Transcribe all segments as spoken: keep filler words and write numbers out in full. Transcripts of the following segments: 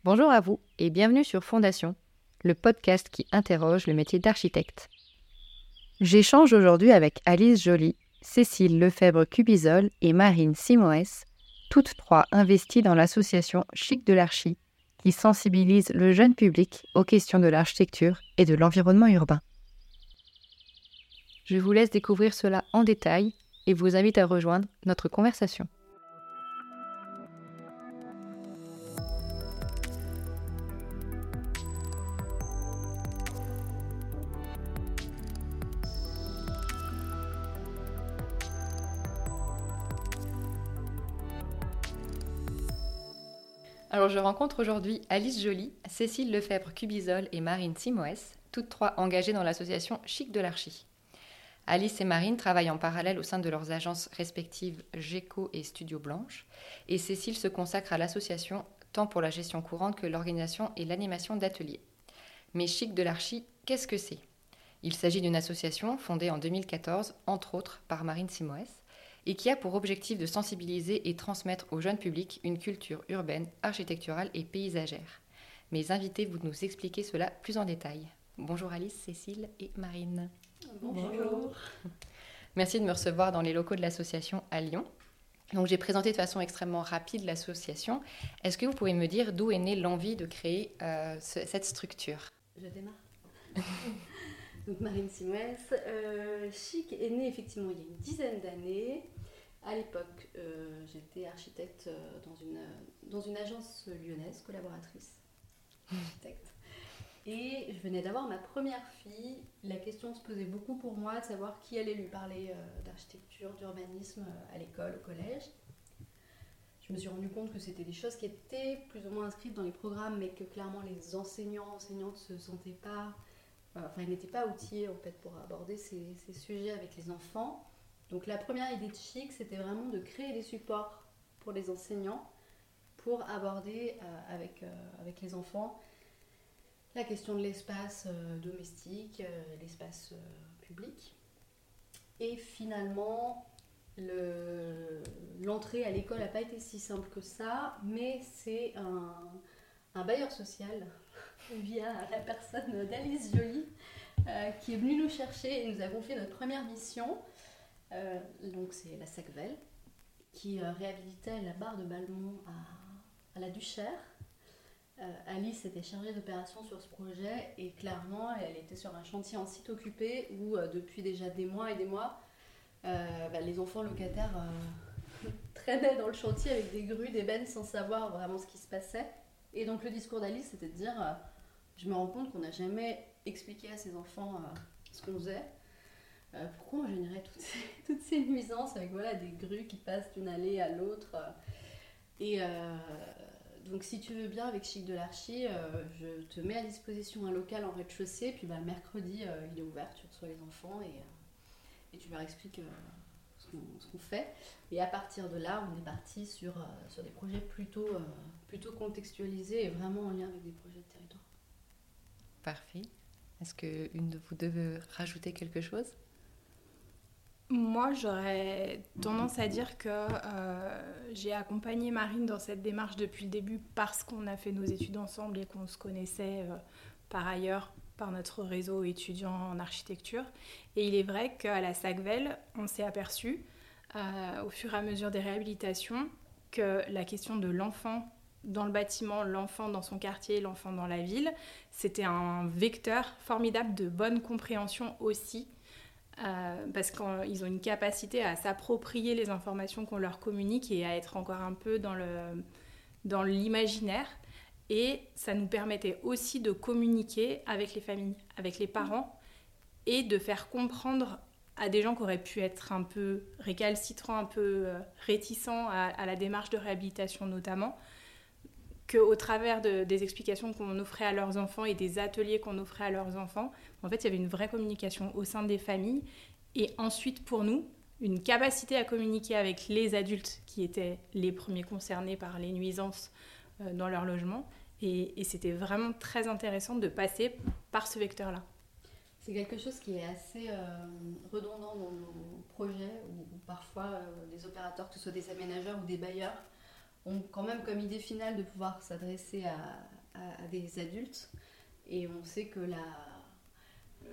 Bonjour à vous et bienvenue sur Fondation, le podcast qui interroge le métier d'architecte. J'échange aujourd'hui avec Alice Joly, Cécile Lefebvre-Cubizol et Marine Simoès, toutes trois investies dans l'association Chic de l'Archi, qui sensibilise le jeune public aux questions de l'architecture et de l'environnement urbain. Je vous laisse découvrir cela en détail et vous invite à rejoindre notre conversation. Alors je rencontre aujourd'hui Alice Joly, Cécile Lefebvre-Cubizol et Marine Simoès, toutes trois engagées dans l'association Chic de l'Archi. Alice et Marine travaillent en parallèle au sein de leurs agences respectives Géco et Studio Blanche, et Cécile se consacre à l'association tant pour la gestion courante que l'organisation et l'animation d'ateliers. Mais Chic de l'Archi, qu'est-ce que c'est ? Il s'agit d'une association fondée en deux mille quatorze, entre autres par Marine Simoès, et qui a pour objectif de sensibiliser et transmettre au jeune public une culture urbaine, architecturale et paysagère. Mes invités vont nous expliquer cela plus en détail. Bonjour Alice, Cécile et Marine. Bonjour. Merci de me recevoir dans les locaux de l'association à Lyon. Donc, j'ai présenté de façon extrêmement rapide l'association. Est-ce que vous pouvez me dire d'où est née l'envie de créer euh, ce, cette structure ? Je démarre. Donc Marine Simoès, euh, Chic est née effectivement il y a une dizaine d'années. À l'époque, euh, j'étais architecte dans une, dans une agence lyonnaise, collaboratrice architecte. Et je venais d'avoir ma première fille. La question se posait beaucoup pour moi de savoir qui allait lui parler euh, d'architecture, d'urbanisme euh, à l'école, au collège. Je me suis rendu compte que c'était des choses qui étaient plus ou moins inscrites dans les programmes, mais que clairement les enseignants, enseignantes ne se sentaient pas, euh, enfin ils n'étaient pas outillés en fait pour aborder ces, ces sujets avec les enfants. Donc la première idée de Chic, c'était vraiment de créer des supports pour les enseignants pour aborder euh, avec, euh, avec les enfants la question de l'espace euh, domestique, euh, l'espace euh, public. Et finalement, le, l'entrée à l'école n'a pas été si simple que ça, mais c'est un, un bailleur social via la personne d'Alice Joly euh, qui est venue nous chercher et nous avons fait notre première mission. Euh, donc c'est la SACVEL qui euh, réhabilitait la barre de Balmont à, à la Duchère. Euh, Alice était chargée d'opérations sur ce projet et clairement elle était sur un chantier en site occupé où euh, depuis déjà des mois et des mois euh, bah, les enfants locataires euh, traînaient dans le chantier avec des grues, des bennes sans savoir vraiment ce qui se passait. Et donc le discours d'Alice c'était de dire euh, je me rends compte qu'on n'a jamais expliqué à ces enfants euh, ce qu'on faisait. Euh, pourquoi on générait toutes ces, toutes ces nuisances avec voilà, des grues qui passent d'une allée à l'autre euh, et euh, donc si tu veux bien avec Chic de l'Archi, euh, je te mets à disposition un local en rez-de-chaussée, puis bah, mercredi euh, il est ouvert, tu reçois les enfants et, euh, et tu leur expliques euh, ce, qu'on, ce qu'on fait. Et à partir de là, on est parti sur, euh, sur des projets plutôt, euh, plutôt contextualisés et vraiment en lien avec des projets de territoire. Parfait. Est-ce qu'une de vous deux veut rajouter quelque chose ? Moi, j'aurais tendance à dire que euh, j'ai accompagné Marine dans cette démarche depuis le début parce qu'on a fait nos études ensemble et qu'on se connaissait euh, par ailleurs par notre réseau étudiant en architecture. Et il est vrai qu'à la SACVEL, on s'est aperçu euh, au fur et à mesure des réhabilitations que la question de l'enfant dans le bâtiment, l'enfant dans son quartier, l'enfant dans la ville, c'était un vecteur formidable de bonne compréhension aussi. Euh, parce qu'ils ont une capacité à s'approprier les informations qu'on leur communique et à être encore un peu dans, le, dans l'imaginaire. Et ça nous permettait aussi de communiquer avec les familles, avec les parents, et de faire comprendre à des gens qui auraient pu être un peu récalcitrants, un peu réticents à, à la démarche de réhabilitation notamment, qu'au travers de, des explications qu'on offrait à leurs enfants et des ateliers qu'on offrait à leurs enfants, en fait, il y avait une vraie communication au sein des familles. Et ensuite, pour nous, une capacité à communiquer avec les adultes qui étaient les premiers concernés par les nuisances euh, dans leur logement. Et, et c'était vraiment très intéressant de passer par ce vecteur-là. C'est quelque chose qui est assez euh, redondant dans nos projets où, où parfois euh, les opérateurs, que ce soit des aménageurs ou des bailleurs, ont quand même comme idée finale de pouvoir s'adresser à, à, à des adultes. Et on sait que la, le,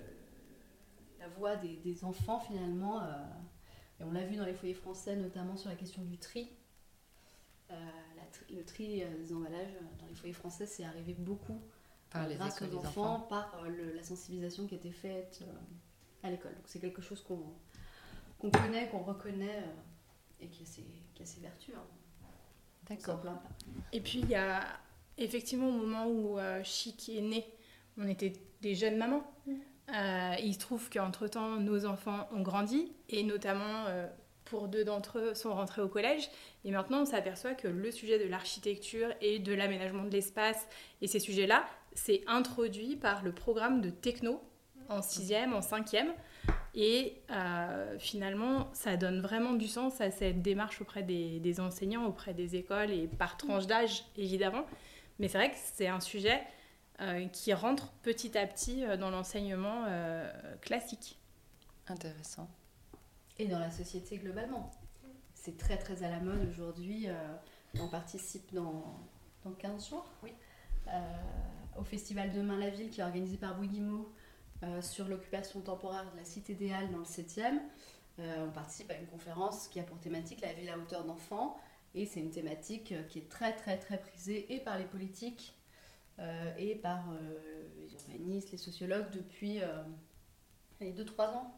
la voix des, des enfants, finalement, euh, et on l'a vu dans les foyers français, notamment sur la question du tri. Euh, la, le tri des emballages dans les foyers français, c'est arrivé beaucoup par les grâce écoles aux des enfants, enfants. par le, la sensibilisation qui était faite euh, à l'école. Donc c'est quelque chose qu'on, qu'on connaît, qu'on reconnaît euh, et qui a ses, qui a ses vertus. Hein. D'accord. Et puis il y a effectivement au moment où euh, Chic est né, on était des jeunes mamans. Mmh. Euh, il se trouve qu'entre-temps, nos enfants ont grandi et notamment... Euh, pour deux d'entre eux sont rentrés au collège. Et maintenant, on s'aperçoit que le sujet de l'architecture et de l'aménagement de l'espace et ces sujets-là, c'est introduit par le programme de techno en sixième, en cinquième. Et euh, finalement, ça donne vraiment du sens à cette démarche auprès des, des enseignants, auprès des écoles et par tranche d'âge, évidemment. Mais c'est vrai que c'est un sujet euh, qui rentre petit à petit dans l'enseignement euh, classique. Intéressant. Et dans la société globalement. C'est très très à la mode aujourd'hui. Euh, on participe dans, dans quinze jours oui. euh, au festival Demain la Ville qui est organisé par Bouygues euh, sur l'occupation temporaire de la cité des Halles dans le septième. Euh, on participe à une conférence qui a pour thématique la ville à hauteur d'enfants. Et c'est une thématique qui est très très très prisée et par les politiques euh, et par euh, les urbanistes, les sociologues depuis euh, les deux trois ans.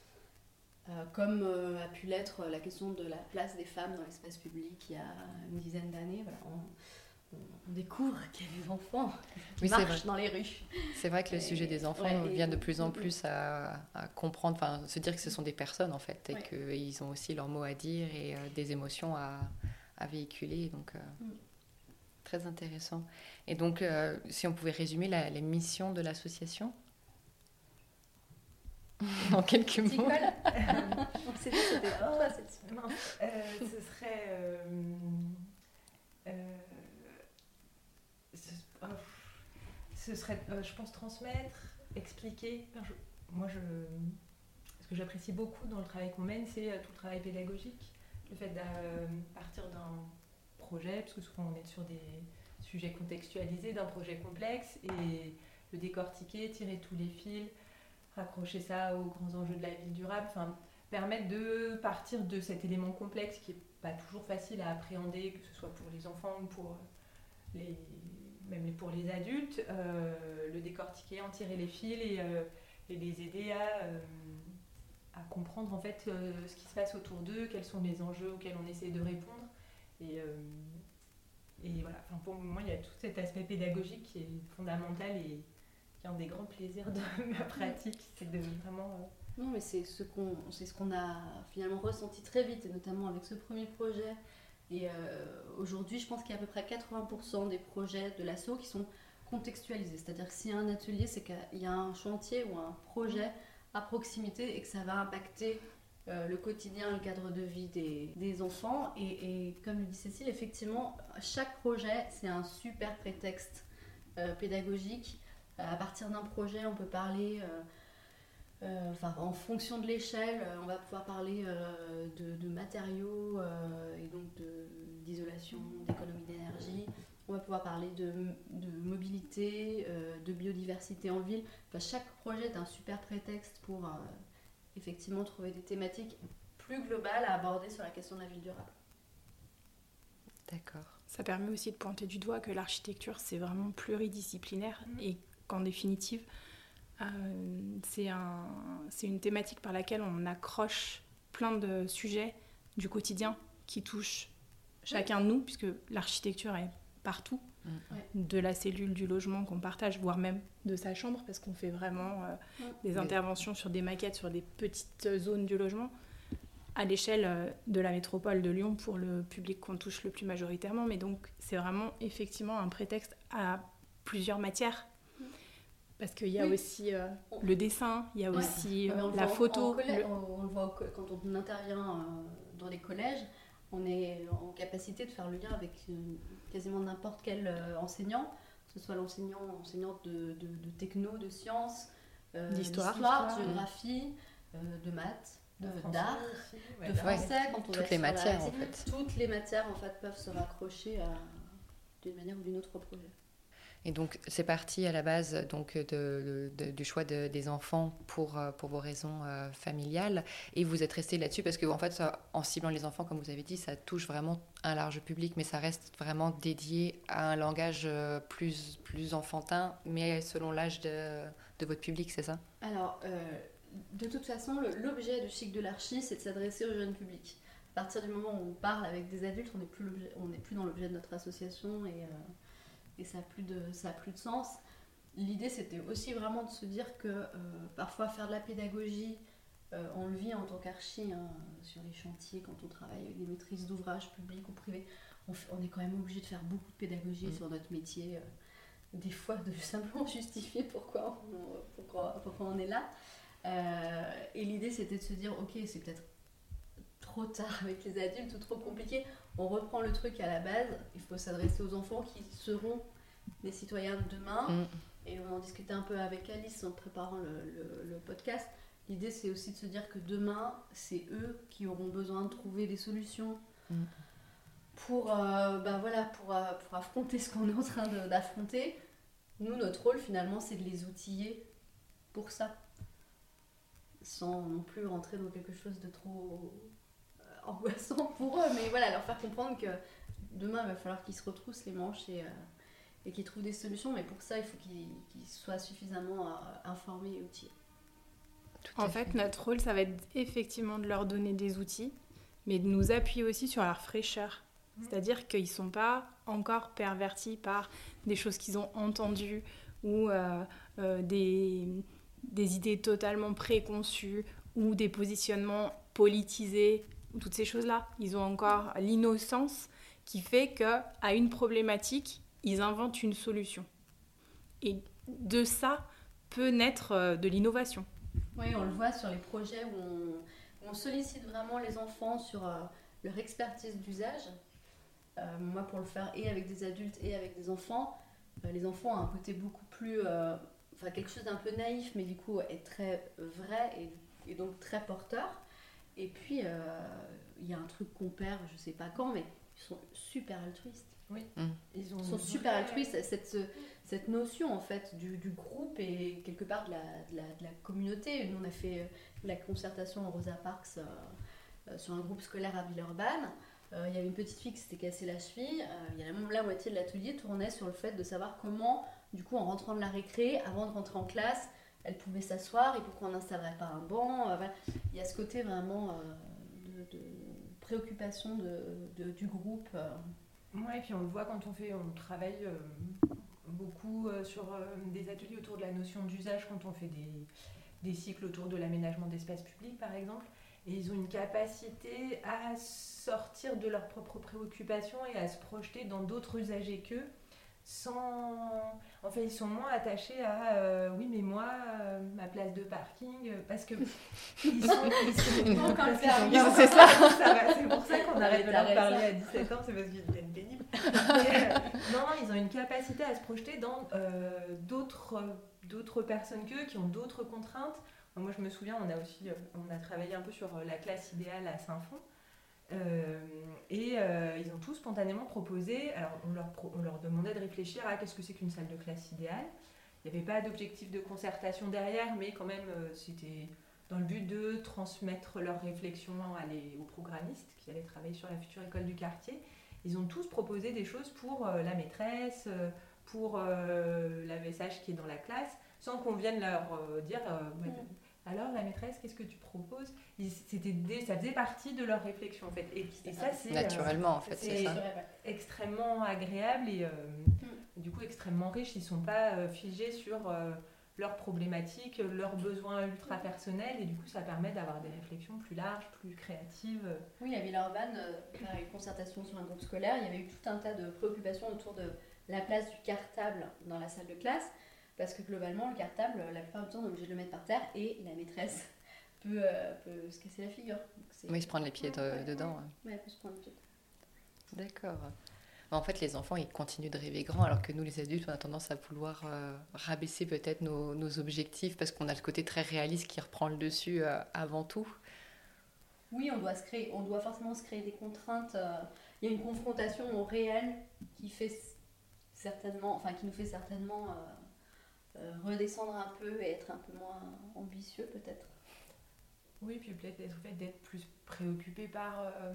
Euh, comme euh, a pu l'être la question de la place des femmes dans l'espace public il y a une dizaine d'années. Voilà, on, on découvre qu'il y a des enfants qui oui, marchent dans les rues. C'est vrai que le et, sujet des enfants ouais, vient de plus en plus à, à comprendre, enfin se dire que ce sont des personnes en fait, et ouais. qu'ils ont aussi leur mot à dire et euh, des émotions à, à véhiculer. Donc, euh, mm. très intéressant. Et donc, euh, si on pouvait résumer la, la mission de l'association en quelques mots. On s'est dit que c'était oh, toi cette non, euh, ce serait euh, euh, ce, oh, ce serait euh, je pense transmettre, expliquer. Enfin, je, moi je ce que j'apprécie beaucoup dans le travail qu'on mène, c'est tout le travail pédagogique, le fait de euh, partir d'un projet, parce que souvent on est sur des sujets contextualisés, d'un projet complexe, et le décortiquer, tirer tous les fils, raccrocher ça aux grands enjeux de la ville durable, enfin, permettre de partir de cet élément complexe qui n'est pas toujours facile à appréhender, que ce soit pour les enfants ou pour les, même pour les adultes, euh, le décortiquer, en tirer les fils et, euh, et les aider à, euh, à comprendre en fait euh, ce qui se passe autour d'eux, quels sont les enjeux auxquels on essaie de répondre. Et, euh, et voilà, enfin, pour moi, il y a tout cet aspect pédagogique qui est fondamental et qui est un des grands plaisirs de ma pratique, c'est de vraiment... Euh... Non, mais c'est ce qu'on, c'est ce qu'on a finalement ressenti très vite, et notamment avec ce premier projet. Et euh, aujourd'hui, je pense qu'il y a à peu près quatre-vingts pour cent des projets de l'asso qui sont contextualisés. C'est-à-dire que s'il y a un atelier, c'est qu'il y a un chantier ou un projet à proximité et que ça va impacter euh, le quotidien, le cadre de vie des, des enfants. Et, et comme le dit Cécile, effectivement, chaque projet, c'est un super prétexte euh, pédagogique. À partir d'un projet, on peut parler, euh, euh, enfin, en fonction de l'échelle, on va pouvoir parler euh, de, de matériaux euh, et donc de, d'isolation, d'économie d'énergie. On va pouvoir parler de, de mobilité, euh, de biodiversité en ville. Enfin, chaque projet est un super prétexte pour euh, effectivement trouver des thématiques plus globales à aborder sur la question de la ville durable. D'accord. Ça permet aussi de pointer du doigt que l'architecture, c'est vraiment pluridisciplinaire mmh. et qu'en définitive, euh, c'est, un, c'est une thématique par laquelle on accroche plein de sujets du quotidien qui touchent chacun de nous, puisque l'architecture est partout, mmh. de la cellule du logement qu'on partage, voire même de sa chambre, parce qu'on fait vraiment euh, mmh. des interventions sur des maquettes, sur des petites zones du logement, à l'échelle de la métropole de Lyon pour le public qu'on touche le plus majoritairement. Mais donc, c'est vraiment effectivement un prétexte à plusieurs matières. Parce qu'il y a oui. aussi euh, le dessin, il y a ouais. aussi euh, la photo. En, en collège, le... on, on le voit au, quand on intervient euh, dans les collèges, on est en capacité de faire le lien avec euh, quasiment n'importe quel euh, enseignant, que ce soit l'enseignant, enseignante de, de, de techno, de sciences, euh, d'histoire, d'histoire, de géographie, euh, de maths. de, français d'art, aussi, ouais, de d'art. français, Ouais, quand on toutes va les sur la matières, en résine, fait. toutes les matières en fait peuvent se raccrocher à, d'une manière ou d'une autre au projet. Et donc, c'est parti à la base donc, de, de- de- du choix de- des enfants pour, euh, pour vos raisons euh, familiales. Et vous êtes resté là-dessus parce que, en fait, ça, en ciblant les enfants, comme vous avez dit, ça touche vraiment un large public, mais ça reste vraiment dédié à un langage euh, plus, plus enfantin, mais selon l'âge de, de votre public, c'est ça? Alors, euh, de toute façon, le- l'objet de Chic de l'Archi, c'est de s'adresser au jeune public. À partir du moment où on parle avec des adultes, on n'est plus, l'objet- on n'est plus dans l'objet de notre association et, euh, et ça n'a plus, de- ça a plus de sens. L'idée, c'était aussi vraiment de se dire que euh, parfois faire de la pédagogie, euh, on le vit en tant qu'archi, hein, sur les chantiers, quand on travaille avec des maîtrises d'ouvrages publics ou privés, on, fait- on est quand même obligé de faire beaucoup de pédagogie Mmh. sur notre métier. euh, des fois, de simplement justifier pourquoi on, pourquoi, pourquoi on est là. Euh, et l'idée, c'était de se dire, ok, c'est peut-être trop tard avec les adultes ou trop compliqué. On reprend le truc à la base. Il faut s'adresser aux enfants qui seront des citoyens de demain. Mm. Et on en discutait un peu avec Alice en préparant le, le- le podcast. L'idée, c'est aussi de se dire que demain, c'est eux qui auront besoin de trouver des solutions Mm. pour, euh, ben voilà, pour, euh, pour affronter ce qu'on est en train de- d'affronter. Nous, notre rôle, finalement, c'est de les outiller pour ça. Sans non plus rentrer dans quelque chose de trop euh, angoissant pour eux. Mais voilà, leur faire comprendre que demain, il va falloir qu'ils se retroussent les manches et, euh, et qu'ils trouvent des solutions. Mais pour ça, il faut qu'ils qu'ils soient suffisamment euh, informés et outillés. Tout à En fait, notre rôle, ça va être effectivement de leur donner des outils, mais de nous appuyer aussi sur leur fraîcheur. C'est-à-dire qu'ils ne sont pas encore pervertis par des choses qu'ils ont entendues ou euh, euh, des, des idées totalement préconçues ou des positionnements politisés, ou toutes ces choses-là. Ils ont encore l'innocence qui fait qu'à une problématique, ils inventent une solution. Et de ça peut naître euh, de l'innovation. Oui, on le voit sur les projets où on, où on sollicite vraiment les enfants sur euh, leur expertise d'usage. Euh, moi, pour le faire et avec des adultes et avec des enfants, euh, les enfants ont un côté beaucoup plus... euh, enfin, quelque chose d'un peu naïf, mais du coup est très vrai et, et donc très porteur. Et puis, euh, il y a un truc qu'on perd, je sais pas quand, mais ils sont super altruistes. Oui. Mm. Ils, ont Ils sont une super vraie- altruistes. Cette, cette notion en fait du, du groupe et quelque part de la, de la, de la communauté. Nous, on a fait la concertation en Rosa Parks euh, euh, sur un groupe scolaire à Villeurbanne. Euh, il y avait une petite fille qui s'était cassée la cheville. Euh, il y a la, la moitié de l'atelier tournait sur le fait de savoir comment, du coup, en rentrant de la récré, avant de rentrer en classe, elle pouvait s'asseoir et pourquoi on n'installerait pas un banc. Euh, voilà. Il y a ce côté vraiment euh, de, de préoccupation de, de, du groupe. Euh. Ouais, et puis on le voit quand on fait, on travaille euh, beaucoup euh, sur euh, des ateliers autour de la notion d'usage, quand on fait des, des cycles autour de l'aménagement d'espaces publics par exemple, et ils ont une capacité à sortir de leurs propres préoccupations et à se projeter dans d'autres usagers qu'eux, sans... En fait, ils sont moins attachés à euh, oui, mais moi, euh, ma place de parking, euh, parce que ils sont... Ils sont Encore le parce faire, qu'ils sont- oui, c'est ça, ça va, c'est pour ça qu'on arrête de leur T'arrêtes parler ça. à dix-sept ans, c'est parce qu'ils deviennent pénibles. Mais, euh, non, non, ils ont une capacité à se projeter dans euh, d'autres, d'autres personnes qu'eux, qui ont d'autres contraintes. Moi, je me souviens, on a aussi euh, on a travaillé un peu sur euh, la classe idéale à Saint-Fond. Euh, et euh, ils ont tous spontanément proposé, alors on leur, pro- on leur demandait de réfléchir à qu'est-ce que c'est qu'une salle de classe idéale. Il n'y avait pas d'objectif de concertation derrière, mais quand même euh, c'était dans le but de transmettre leurs réflexions à les, aux programmistes qui allaient travailler sur la future école du quartier. Ils ont tous proposé des choses pour euh, la maîtresse, euh, pour euh, l'A V S H qui est dans la classe, sans qu'on vienne leur euh, dire euh, ouais, alors la maîtresse, qu'est-ce que tu proposes? Ils, c'était des, ça faisait partie de leur réflexion en fait. Et, et ça c'est Naturellement, euh, en fait, c'est, c'est ça. extrêmement agréable et euh, Mm. du coup extrêmement riche. Ils ne sont pas euh, figés sur euh, leurs problématiques, leurs besoins ultra personnels, et du coup ça permet d'avoir des réflexions plus larges, plus créatives. Oui, à Villeurbanne, euh, pareil, concertation sur un groupe scolaire, il y avait eu tout un tas de préoccupations autour de la place du cartable dans la salle de classe, parce que globalement, le cartable, la plupart du temps, on est obligé de le mettre par terre et la maîtresse peut, euh, peut se casser la figure. Donc c'est... Oui, se prendre les pieds de- Ouais, dedans. Ouais, elle peut se prendre les pieds. D'accord. Mais en fait, les enfants, ils continuent de rêver grand, alors que nous, les adultes, on a tendance à vouloir euh, rabaisser peut-être nos, nos objectifs, parce qu'on a le côté très réaliste qui reprend le dessus euh, avant tout. oui, on doit, se créer, on doit forcément se créer des contraintes. euh, Il y a une confrontation au réel qui, fait certainement, enfin, qui nous fait certainement euh, euh, redescendre un peu et être un peu moins ambitieux peut-être. Oui, puis peut-être le fait d'être plus préoccupé par euh,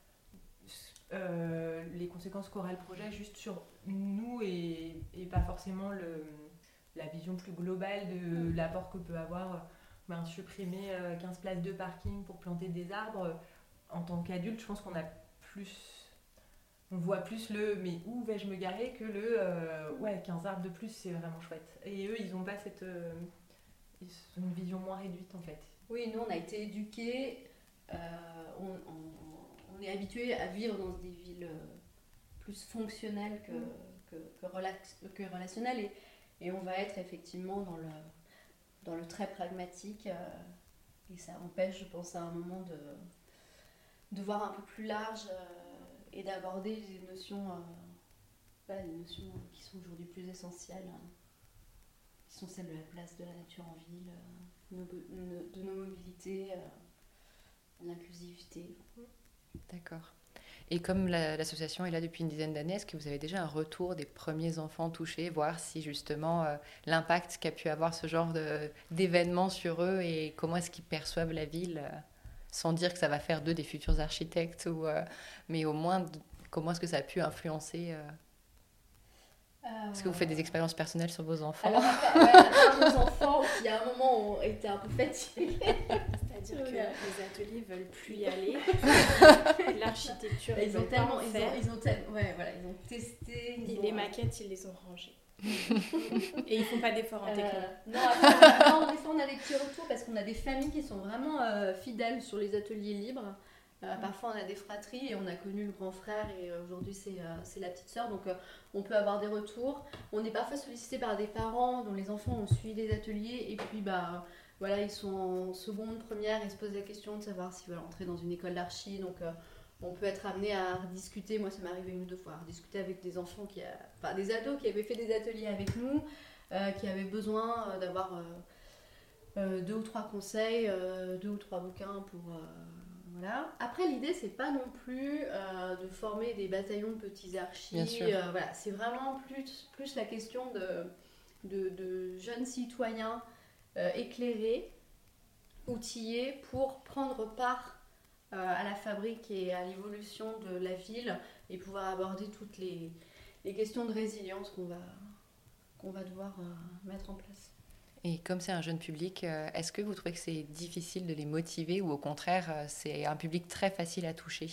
euh, les conséquences qu'aura le projet juste sur nous et, et pas forcément le, la vision plus globale de l'apport que peut avoir ben, supprimer euh, quinze places de parking pour planter des arbres. En tant qu'adulte, je pense qu'on a plus, on voit plus le mais où vais-je me garer que le euh, ouais, quinze arbres de plus, c'est vraiment chouette. Et eux, ils ont pas cette euh, ils ont une vision moins réduite en fait. Oui, nous on a été éduqués, euh, on, on, on est habitués à vivre dans des villes euh, plus fonctionnelles que, Mm. que, que, relax, que relationnelles et, et on va être effectivement dans le, dans le très pragmatique euh, et ça empêche, je pense, à un moment de, de voir un peu plus large euh, et d'aborder des notions, euh, voilà, des notions qui sont aujourd'hui plus essentielles, hein, qui sont celles de la place de la nature en ville. Euh, Nos, nos, de nos mobilités, euh, l'inclusivité. D'accord. Et comme la, l'association est là depuis une dizaine d'années, est-ce que vous avez déjà un retour des premiers enfants touchés, voir si justement euh, l'impact qu'a pu avoir ce genre de, d'événements sur eux et comment est-ce qu'ils perçoivent la ville, euh, sans dire que ça va faire d'eux des futurs architectes, ou, euh, mais au moins de- comment est-ce que ça a pu influencer euh, Euh, Est-ce que vous faites des expériences personnelles sur vos enfants? Alors, après, ouais, après, nos enfants qui à un moment ont été un peu fatigués. C'est-à-dire que Ouais. les ateliers veulent plus y aller. L'architecture, ils, Ils ont veulent pas tellement, en ils faire. ont, ils ont tellement, ouais, voilà, ils ont testé. Ils Et ont, les maquettes, ils les ont rangées. Et ils font pas d'efforts en Euh, techno. non, après, non, des fois on a des petits retours parce qu'on a des familles qui sont vraiment euh, fidèles sur les ateliers libres. Euh, parfois on a des fratries et on a connu le grand frère et euh, aujourd'hui c'est, euh, c'est la petite sœur, donc euh, on peut avoir des retours. On est parfois sollicité par des parents dont les enfants ont suivi les ateliers et puis bah voilà, ils sont en seconde, première et se posent la question de savoir s'ils veulent entrer dans une école d'archi. Donc euh, on peut être amené à rediscuter, moi ça m'est arrivé une ou deux fois, à rediscuter avec des enfants, qui a, enfin des ados qui avaient fait des ateliers avec nous, euh, qui avaient besoin euh, d'avoir euh, euh, deux ou trois conseils, euh, deux ou trois bouquins pour... euh, voilà. Après l'idée c'est pas non plus euh, de former des bataillons de petits archis, Bien sûr. euh, voilà, c'est vraiment plus, plus la question de, de, de jeunes citoyens euh, éclairés, outillés pour prendre part euh, à la fabrique et à l'évolution de la ville et pouvoir aborder toutes les, les questions de résilience qu'on va, qu'on va devoir euh, mettre en place. Et comme c'est un jeune public, euh, est-ce que vous trouvez que c'est difficile de les motiver ou au contraire, euh, c'est un public très facile à toucher?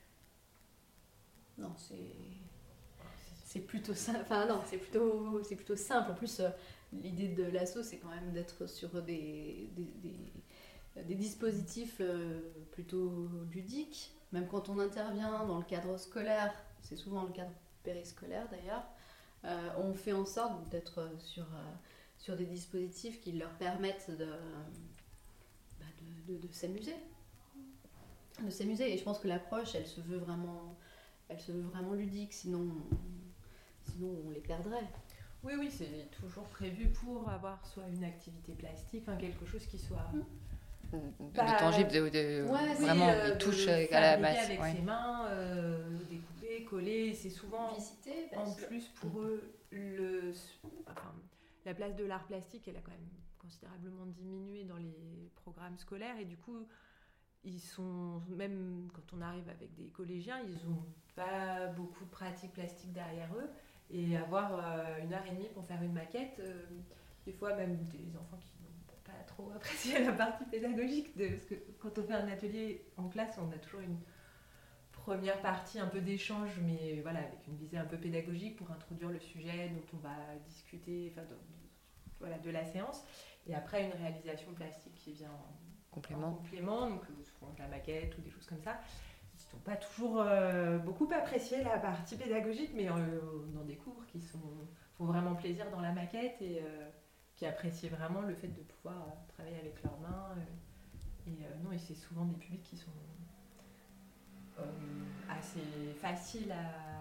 Non, c'est, c'est plutôt simple. Enfin non, c'est plutôt, c'est plutôt simple. En plus, euh, l'idée de l'asso, c'est quand même d'être sur des, des, des, des dispositifs euh, plutôt ludiques. Même quand on intervient dans le cadre scolaire, c'est souvent le cadre périscolaire d'ailleurs, euh, on fait en sorte d'être sur, euh, sur des dispositifs qui leur permettent de, bah, de, de, de s'amuser. De s'amuser. Et je pense que l'approche, elle se veut vraiment, elle se veut vraiment ludique, sinon, sinon on les perdrait. Oui, oui, c'est toujours prévu pour avoir soit une activité plastique, enfin quelque chose qui soit De, Bah, de tangible, de, de ouais, vraiment oui, des euh, touches de à la fabriquer masse. avec Ouais. ses mains, euh, découper, coller, c'est souvent Visiter, en parce que- plus pour eux le, enfin, la place de l'art plastique, elle a quand même considérablement diminué dans les programmes scolaires et du coup ils sont, même quand on arrive avec des collégiens, ils n'ont pas beaucoup de pratiques plastiques derrière eux et avoir euh, une heure et demie pour faire une maquette, euh, des fois même des enfants qui n'ont pas trop apprécié la partie pédagogique, de, parce que quand on fait un atelier en classe, on a toujours une première partie un peu d'échange, mais voilà, avec une visée un peu pédagogique pour introduire le sujet dont on va discuter, enfin, de, de, voilà, de la séance, et après une réalisation plastique qui vient en Complément. en complément, donc euh, souvent de la maquette ou des choses comme ça. Ils n'ont pas toujours euh, beaucoup apprécié la partie pédagogique, mais euh, on en découvre qui sont, font vraiment plaisir dans la maquette et euh, qui apprécient vraiment le fait de pouvoir euh, travailler avec leurs mains. Euh, et euh, non, et c'est souvent des publics qui sont euh, assez faciles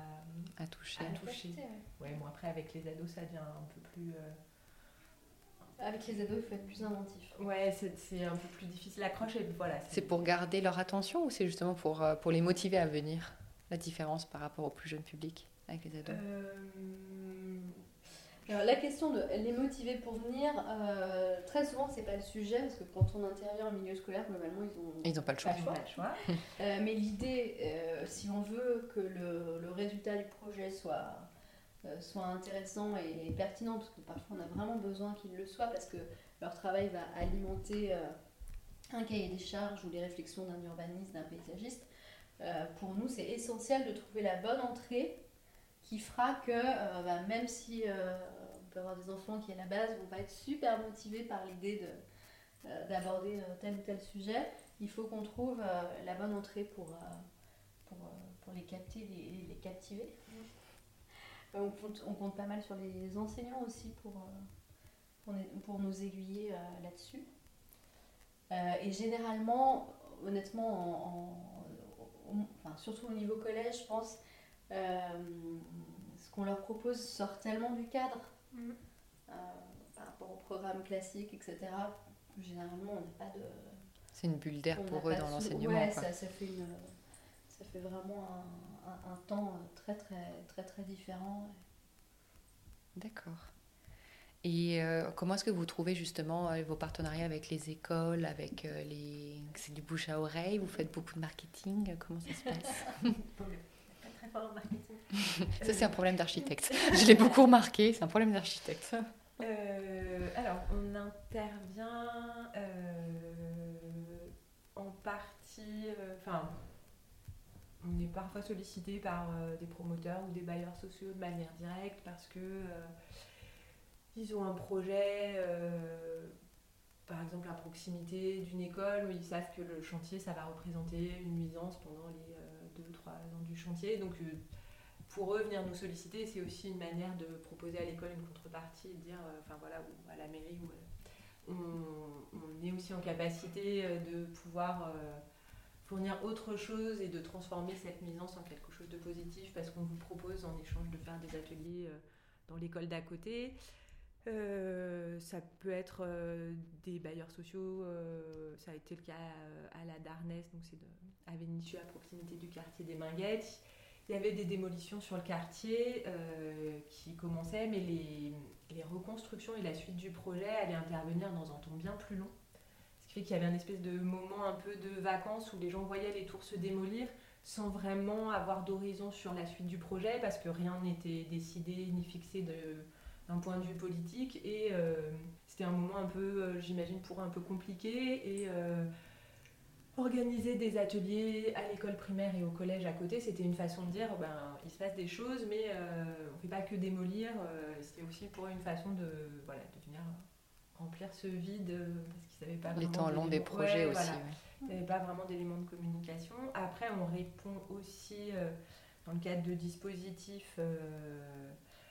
à, À toucher. à toucher. Ouais, bon, après avec les ados, ça devient un peu plus, euh, un Avec les ados, il faut être plus inventif. Ouais, c'est, c'est un peu plus difficile. L'accroche, est, voilà. C'est pour garder leur attention ou c'est justement pour, euh, pour les motiver à venir? La différence par rapport au plus jeune public avec les ados. Euh... Alors, la question de les motiver pour venir, euh, très souvent c'est pas le sujet parce que quand on intervient en milieu scolaire, globalement ils ont, Ils n'ont pas le choix. pas le choix. Pas le choix. Euh, mais l'idée, euh, si on veut que le, le résultat du projet soit, euh, soit intéressant et, et pertinent, parce que parfois on a vraiment besoin qu'il le soit parce que leur travail va alimenter euh, un cahier des charges ou les réflexions d'un urbaniste, d'un paysagiste, euh, pour nous c'est essentiel de trouver la bonne entrée qui fera que euh, bah, même si euh, on peut avoir des enfants qui à la base vont pas être super motivés par l'idée de, euh, d'aborder euh, tel ou tel sujet, il faut qu'on trouve euh, la bonne entrée pour, euh, pour, euh, pour les capter, les, les captiver. Euh, on, compte, on compte pas mal sur les enseignants aussi pour, euh, pour, pour nous aiguiller euh, là-dessus. Euh, et généralement, honnêtement, en, en, en, enfin, surtout au niveau collège, je pense, Euh, ce qu'on leur propose sort tellement du cadre mmh. euh, par rapport au programme classique, et cetera. Généralement, on n'a pas de. C'est une bulle d'air pour eux dans de... l'enseignement. Ouais, quoi. Ça, ça, fait une, ça fait vraiment un, un, un temps très, très, très, très différent. D'accord. Et euh, comment est-ce que vous trouvez justement euh, vos partenariats avec les écoles, avec euh, les. C'est du bouche à oreille, vous faites beaucoup de marketing, comment ça se passe? Ça, c'est un problème d'architecte. Je l'ai beaucoup remarqué, c'est un problème d'architecte. Euh, alors, on intervient euh, en partie. Enfin, euh, on est parfois sollicité par euh, des promoteurs ou des bailleurs sociaux de manière directe parce que euh, ils ont un projet, euh, par exemple à proximité d'une école où ils savent que le chantier, ça va représenter une nuisance pendant les euh, deux trois ans du chantier. Donc, euh, pour eux, venir nous solliciter, c'est aussi une manière de proposer à l'école une contrepartie et de dire, euh, enfin voilà, ou à la mairie, où, euh, on, on est aussi en capacité euh, de pouvoir euh, fournir autre chose et de transformer cette nuisance en quelque chose de positif parce qu'on vous propose en échange de faire des ateliers euh, dans l'école d'à côté. Euh, ça peut être euh, des bailleurs sociaux, euh, ça a été le cas à, à la Darnès, donc c'est de, à Vénissieux, à proximité du quartier des Minguettes. Il y avait des démolitions sur le quartier euh, qui commençaient, mais les, les reconstructions et la suite du projet allaient intervenir dans un temps bien plus long. Ce qui fait qu'il y avait un espèce de moment un peu de vacances où les gens voyaient les tours se démolir sans vraiment avoir d'horizon sur la suite du projet parce que rien n'était décidé ni fixé de, d'un point de vue politique. Et euh, c'était un moment un peu, euh, j'imagine, pour un peu compliqué. Et euh, organiser des ateliers à l'école primaire et au collège à côté, c'était une façon de dire ben, il se passe des choses, mais euh, on ne fait pas que démolir. Euh, c'était aussi pour eux une façon de, voilà, de venir remplir ce vide parce qu'ils ne savaient pas vraiment. Les temps longs des projets ouais, aussi. Voilà. Ouais. Il n'y avait pas vraiment d'éléments de communication. Après, on répond aussi euh, dans le cadre de dispositifs euh,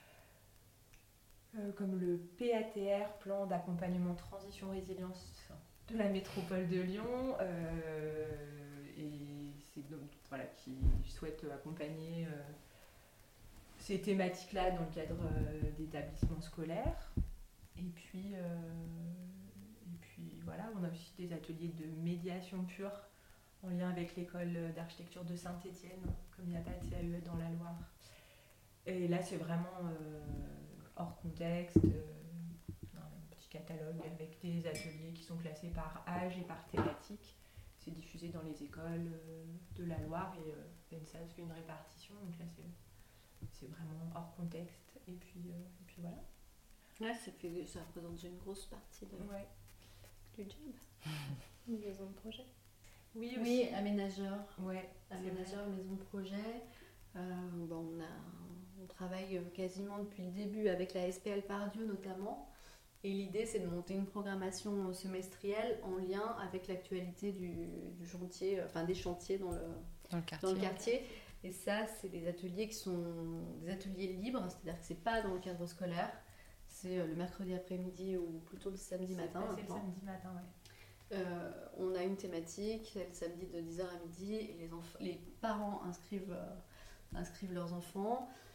euh, comme le P A T R, Plan d'accompagnement transition résilience de la métropole de Lyon, euh, et c'est donc voilà qui souhaite accompagner euh, ces thématiques-là dans le cadre euh, d'établissements scolaires. Et puis, euh, et puis voilà, on a aussi des ateliers de médiation pure en lien avec l'école d'architecture de Saint-Étienne, comme il n'y a pas de C A U dans la Loire. Et là, c'est vraiment euh, hors contexte. Euh, catalogue avec des ateliers qui sont classés par âge et par thématique. C'est diffusé dans les écoles de la Loire et euh, ça fait une répartition. Donc là, c'est, c'est vraiment hors contexte. Et puis, euh, et puis voilà. Ouais, ça, fait, ça représente déjà une grosse partie de, ouais. du job. Maison de projet. Oui, oui aussi. aménageur. Ouais, aménageur, maison de projet. Euh, bon, on, a, on travaille quasiment depuis le début avec la S P L Pardieu notamment. Et l'idée, c'est de monter une programmation semestrielle en lien avec l'actualité du, du chantier, enfin des chantiers dans le, dans, le quartier. dans le quartier. Et ça, c'est des ateliers qui sont des ateliers libres, c'est-à-dire que c'est pas dans le cadre scolaire, c'est le mercredi après-midi ou plutôt le samedi c'est matin. C'est le samedi matin, ouais. Euh, on a une thématique, c'est le samedi de dix heures à midi, et les, enf- les parents inscrivent, euh, inscrivent leurs enfants.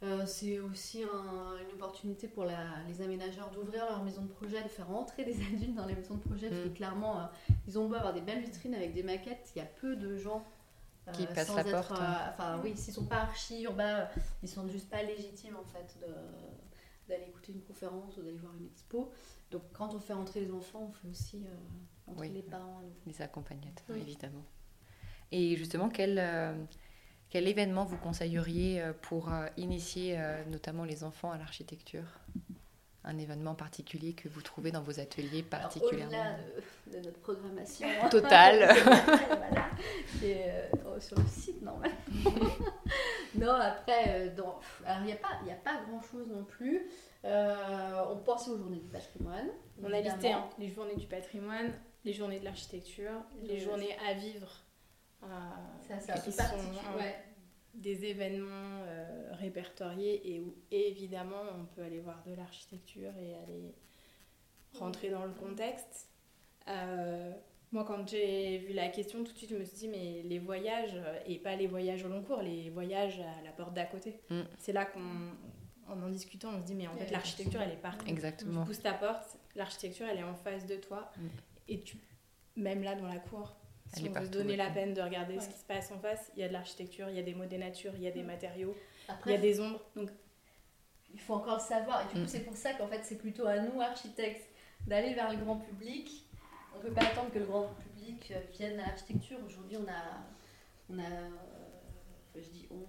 Euh, c'est aussi un- une opportunité pour la- les aménageurs d'ouvrir leur maison de projet, de faire entrer des adultes dans les maisons de projet, parce que Mm. clairement, euh, ils ont beau avoir des belles vitrines avec des maquettes, il y a peu de gens euh, Qui passent sans la être, porte. euh, enfin oui, s'ils sont pas archi urbains, ils sont juste pas légitimes en fait de- d'aller écouter une conférence ou d'aller voir une expo. Donc quand on fait entrer les enfants, on fait aussi euh, entrer Oui. les parents à nous. Les accompagnateurs, Oui. évidemment. Et justement, quel, euh, quel événement vous conseilleriez euh, pour euh, initier euh, notamment les enfants à l'architecture? Un événement particulier que vous trouvez dans vos ateliers particulièrement Alors, au-delà de, de notre programmation totale, voilà, qui est euh, sur le site normalement. Non, après, euh, dans- alors il n'y a pas, il y a pas grand-chose non plus. Euh, on pense aux journées du patrimoine. On a listé évidemment. hein, les journées du patrimoine, les journées de l'architecture, les Ouais. journées à vivre, euh, Ça, ça qui fait sont partie. euh, Ouais. des événements euh, répertoriés et où évidemment on peut aller voir de l'architecture et aller rentrer dans le contexte. Euh, moi quand j'ai vu la question tout de suite je me suis dit mais les voyages et pas les voyages au long cours, les voyages à la porte d'à côté. Mm. C'est là qu'on en en discutant on se dit mais en fait Ouais, l'architecture elle est partout. exactement. Tu pousses ta porte, l'architecture elle est en face de toi Mm. et tu même là dans la cour. Si Elle est on veut se partout, donner ouais. la peine de regarder ce Ouais. qui se passe en face, il y a de l'architecture, il y a des mots des natures, il y a des Mm. matériaux, Après, il y a des ombres. Donc il faut encore le savoir. Et du coup, Mm. c'est pour ça qu'en fait, c'est plutôt à nous, architectes, d'aller vers le grand public. On ne peut pas attendre que le grand public euh, vienne à l'architecture. Aujourd'hui, on a, on a euh, je dis on,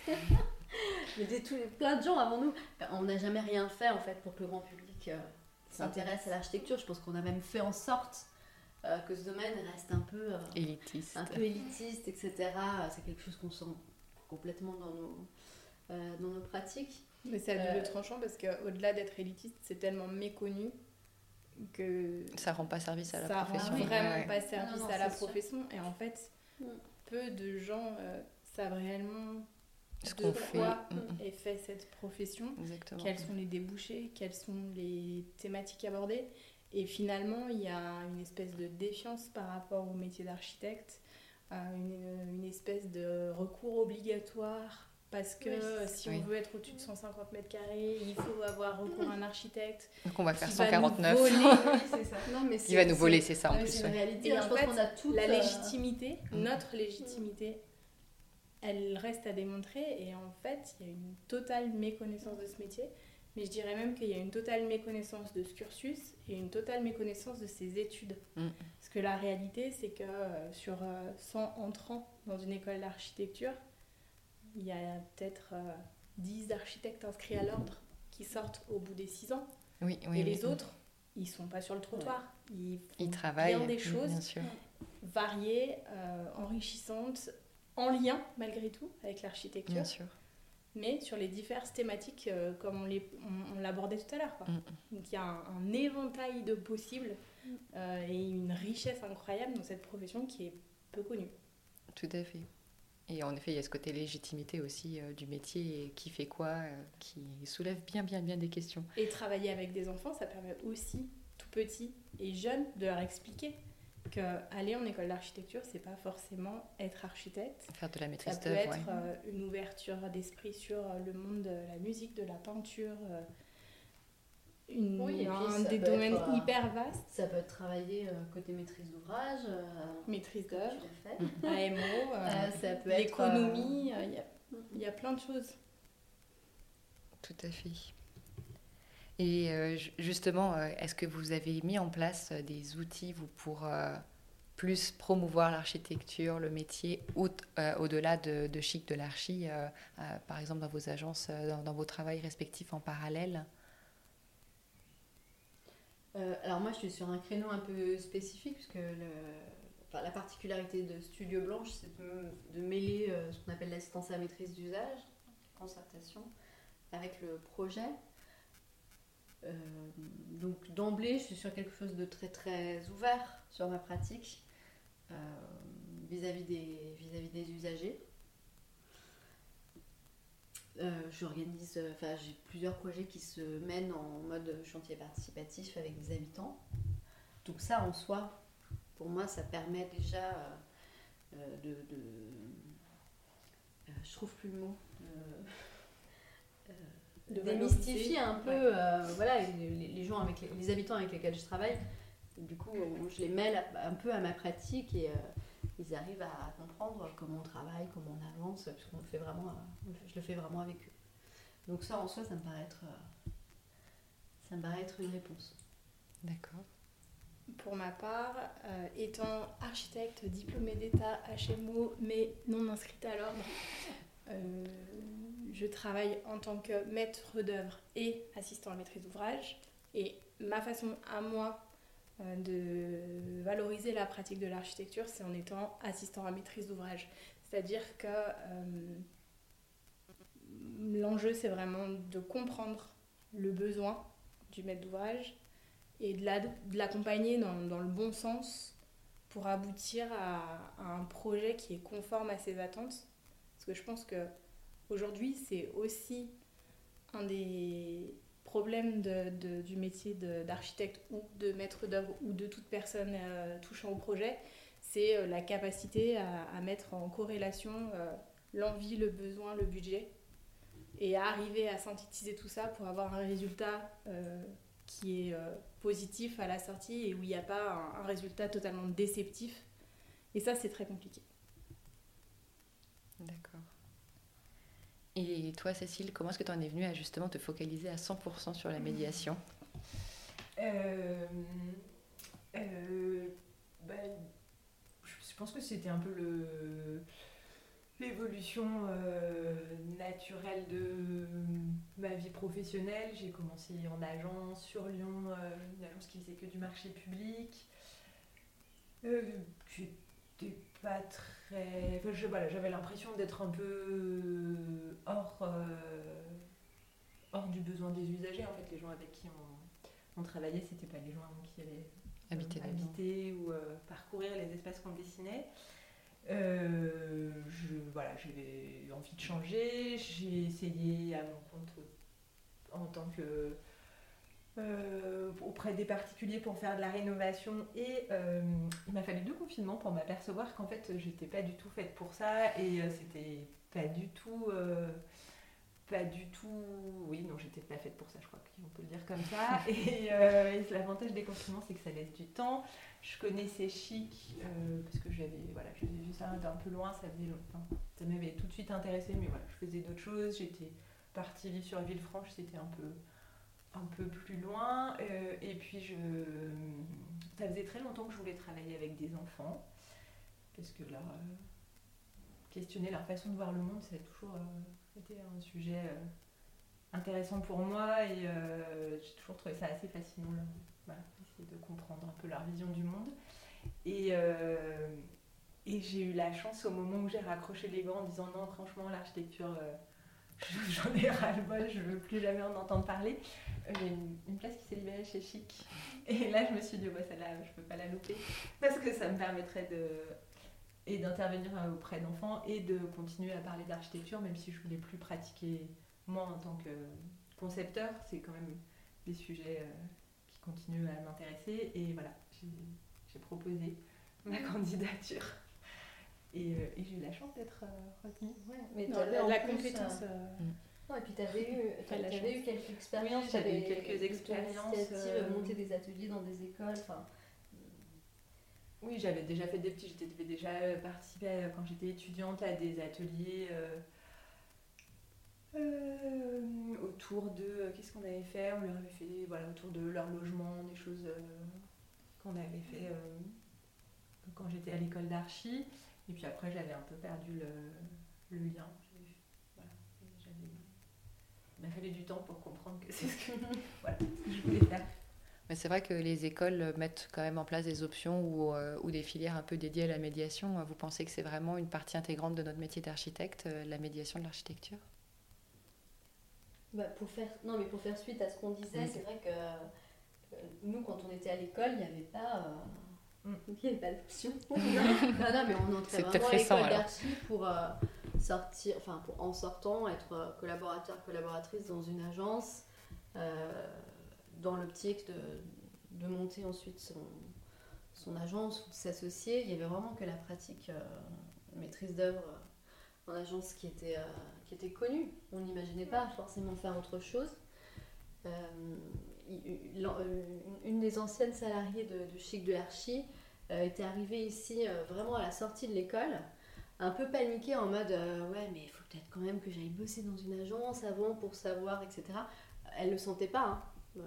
mais des, tous, plein de gens avant nous. On n'a jamais rien fait en fait pour que le grand public euh, s'intéresse à l'architecture. Je pense qu'on a même fait en sorte euh, que ce domaine reste un peu, euh, Élitiste. un peu élitiste, et cetera. C'est quelque chose qu'on sent complètement dans nos, euh, dans nos pratiques. mais c'est à double Euh, tranchant parce qu'au-delà d'être élitiste, c'est tellement méconnu que Ça rend pas service à la ça profession. rend oui. vraiment Ouais. pas service Non, non, à la c'est sûr. profession. Et en fait, Mm. peu de gens euh, savent réellement Ce de qu'on fait. quoi Mm, mm. est fait cette profession. Exactement. Quels sont les débouchés, quelles sont les thématiques abordées. Et finalement, il y a une espèce de défiance par rapport au métier d'architecte, euh, une, une espèce de recours obligatoire, parce que Oui, c'est- si oui. on veut être au-dessus de cent cinquante mètres carrés, il faut avoir recours à un architecte. Donc on va faire qui va nous cent quarante-neuf. voler. Oui, c'est ça. Non, mais Il va nous voler, c'est ça en Ouais, plus. c'est une ouais. réalité. Et hein. en Je pense fait, qu'on a toute La euh, légitimité, Mm. notre légitimité, elle reste à démontrer. Et en fait, il y a une totale méconnaissance de ce métier. Mais je dirais même qu'il y a une totale méconnaissance de ce cursus et une totale méconnaissance de ses études. Mm. Parce que la réalité, c'est que euh, sur euh, cent entrants dans une école d'architecture, il y a peut-être euh, dix architectes inscrits à l'ordre qui sortent au bout des six ans. Oui, oui, et oui. les autres, ils sont pas sur le trottoir. Ils font Ils travaillent. bien des mm, choses Bien sûr. variées, euh, enrichissantes, en lien malgré tout avec l'architecture, Bien sûr. mais sur les diverses thématiques euh, comme on, les, on, on l'abordait tout à l'heure. quoi. Mm. Donc il y a un, un éventail de possibles euh, et une richesse incroyable dans cette profession qui est peu connue. Tout à fait. Et en effet, il y a ce côté légitimité aussi euh, du métier, et qui fait quoi, euh, qui soulève bien, bien, bien des questions. Et travailler avec des enfants, ça permet aussi, tout petits et jeunes, de leur expliquer que aller en école d'architecture, c'est pas forcément être architecte. Faire de la Ça maîtrise peut d'œuvre, être ouais. euh, une ouverture d'esprit sur euh, le monde de la musique, de la peinture, euh, une, Oui, et puis un ça des peut domaines être, euh, hyper vastes, Ça peut être travaillé euh, côté maîtrise d'ouvrage, euh, maîtrise comme d'œuvre, tu l'as fait. Mm. A M O, euh, Euh, ça peut être l'économie, euh, il y a- euh, il y, a plein de choses. Tout à fait. Et euh, ju- justement, euh, est-ce que vous avez mis en place euh, des outils vous, pour euh, plus promouvoir l'architecture, le métier, au- euh, au-delà de, de Chic de l'Archi, euh, euh, par exemple dans vos agences, euh, dans, dans vos travails respectifs en parallèle? Euh, alors moi je suis sur un créneau un peu spécifique puisque le, enfin, la particularité de Studio Blanche c'est de, de mêler euh, ce qu'on appelle l'assistance à la maîtrise d'usage, concertation, avec le projet. Euh, donc d'emblée je suis sur quelque chose de très très ouvert sur ma pratique euh, vis-à-vis des, vis-à-vis des usagers. Euh, j'organise, euh, enfin j'ai plusieurs projets qui se mènent en mode chantier participatif avec des habitants. Donc ça en soi, pour moi, ça permet déjà euh, euh, de, de euh, je trouve plus le mot, euh, De démystifier valoriser. un peu Ouais. euh, voilà, les, les gens avec les, les habitants avec lesquels je travaille. Du coup, on- je les mêle un peu à ma pratique et euh, ils arrivent à comprendre comment on travaille, comment on avance, puisqu'on le fait vraiment, euh, je le fais vraiment avec eux. Donc ça, en soi, ça me paraît être, euh, ça me paraît être une réponse. D'accord. Pour ma part, euh, étant architecte diplômée d'État H M O, mais non inscrite à l'ordre, euh, je travaille en tant que maître d'œuvre et assistant à maîtrise d'ouvrage. Et ma façon à moi euh, de valoriser la pratique de l'architecture, c'est en étant assistant à maîtrise d'ouvrage. C'est-à-dire que euh, l'enjeu, c'est vraiment de comprendre le besoin du maître d'ouvrage et de, la, de l'accompagner dans, dans le bon sens pour aboutir à, à un projet qui est conforme à ses attentes. Parce que je pense qu'aujourd'hui, c'est aussi un des problèmes de, de, du métier de, d'architecte ou de maître d'œuvre ou de toute personne euh, touchant au projet, c'est euh, la capacité à, à mettre en corrélation euh, l'envie, le besoin, le budget et à arriver à synthétiser tout ça pour avoir un résultat euh, qui est euh, positif à la sortie et où il n'y a pas un, un résultat totalement déceptif. Et ça, c'est très compliqué. D'accord. Et toi, Cécile, comment est-ce que tu en es venue à justement te focaliser à cent pour cent sur la médiation ? Euh, euh, bah, je pense que c'était un peu le, l'évolution euh, naturelle de ma vie professionnelle. J'ai commencé en agence sur Lyon, euh, une agence qui faisait que du marché public. Euh, j'étais pas très... Enfin, je, voilà, j'avais l'impression d'être un peu hors, euh, hors du besoin des usagers. En fait, les gens avec qui on, on travaillait, c'était pas les gens qui allaient Habiter euh, dedans. habiter ou euh, parcourir les espaces qu'on dessinait. Euh, je, voilà, j'avais envie de changer. J'ai essayé à mon compte en tant que euh, auprès des particuliers pour faire de la rénovation et euh, il m'a fallu deux confinements pour m'apercevoir qu'en fait j'étais pas du tout faite pour ça et euh, c'était pas du tout euh, pas du tout oui non j'étais pas faite pour ça, je crois qu'on peut le dire comme ça et, euh, et l'avantage des confinements c'est que ça laisse du temps. Je connaissais Chic euh, parce que j'avais voilà j'avais vu ça d'un peu loin, ça faisait longtemps, ça m'avait tout de suite intéressée mais voilà je faisais d'autres choses, j'étais partie vivre sur Villefranche, c'était un peu un peu plus loin euh, et puis je ça faisait très longtemps que je voulais travailler avec des enfants parce que leur euh, questionner leur façon de voir le monde ça a toujours euh, été un sujet euh, intéressant pour moi et euh, j'ai toujours trouvé ça assez fascinant là. Voilà, essayer de comprendre un peu leur vision du monde et, euh, et j'ai eu la chance au moment où j'ai raccroché les gants en disant non franchement l'architecture euh, j'en ai ras-le-bol, je veux plus jamais en entendre parler. J'ai une, une place qui s'est libérée chez Chic. Et là, je me suis dit, ouais, celle-là, je peux pas la louper. Parce que ça me permettrait de, et d'intervenir auprès d'enfants et de continuer à parler d'architecture, même si je voulais plus pratiquer moi en tant que concepteur. C'est quand même des sujets euh, qui continuent à m'intéresser. Et voilà, j'ai, j'ai proposé ma candidature. Et, euh, et j'ai eu la chance d'être euh, retenue. Ouais, mais Non, t'avais la, en la plus, compétence... euh, euh, Non, et puis tu avais eu, T'as la t'avais eu chance. quelques expériences, Oui, j'avais eu t'avais quelques eu expériences, ton initiative, euh, monter des ateliers dans des écoles, enfin... Oui, j'avais déjà fait des petits, j'avais déjà participé à- quand j'étais étudiante à des ateliers euh, euh, autour de, euh, qu'est-ce qu'on avait fait? On leur avait fait, voilà, autour de leur logement, des choses euh, qu'on avait fait euh, quand j'étais à l'école d'archi. Et puis après, j'avais un peu perdu le, le lien. J'avais- voilà, et j'avais- il m'a fallu du temps pour comprendre que c'est ce que, voilà, ce que je voulais faire. Mais c'est vrai que les écoles mettent quand même en place des options ou, euh, ou des filières un peu dédiées à la médiation. Vous pensez que c'est vraiment une partie intégrante de notre métier d'architecte, euh, la médiation de l'architecture ? Bah, pour faire... Non, mais pour faire suite à ce qu'on disait, Oui. c'est vrai que euh, nous, quand on était à l'école, il n'y avait pas... Euh... Mm. Il n'y avait pas d'option. non, non, mais on entrait C'est vraiment peut-être à récent, l'école alors. d'archi pour euh, sortir, enfin, pour, en sortant, être euh, collaborateur, collaboratrice dans une agence, euh, dans l'optique de, de monter ensuite son, son agence ou de s'associer. Il n'y avait vraiment que la pratique euh, maîtrise d'œuvre en agence qui était, euh, qui était connue. On n'imaginait pas forcément faire autre chose. Euh, une des anciennes salariées de, de Chic de l'Archi euh, était arrivée ici euh, vraiment à la sortie de l'école, un peu paniquée en mode euh, ouais mais il faut peut-être quand même que j'aille bosser dans une agence avant pour savoir, et cetera. Elle ne le sentait pas, hein. euh,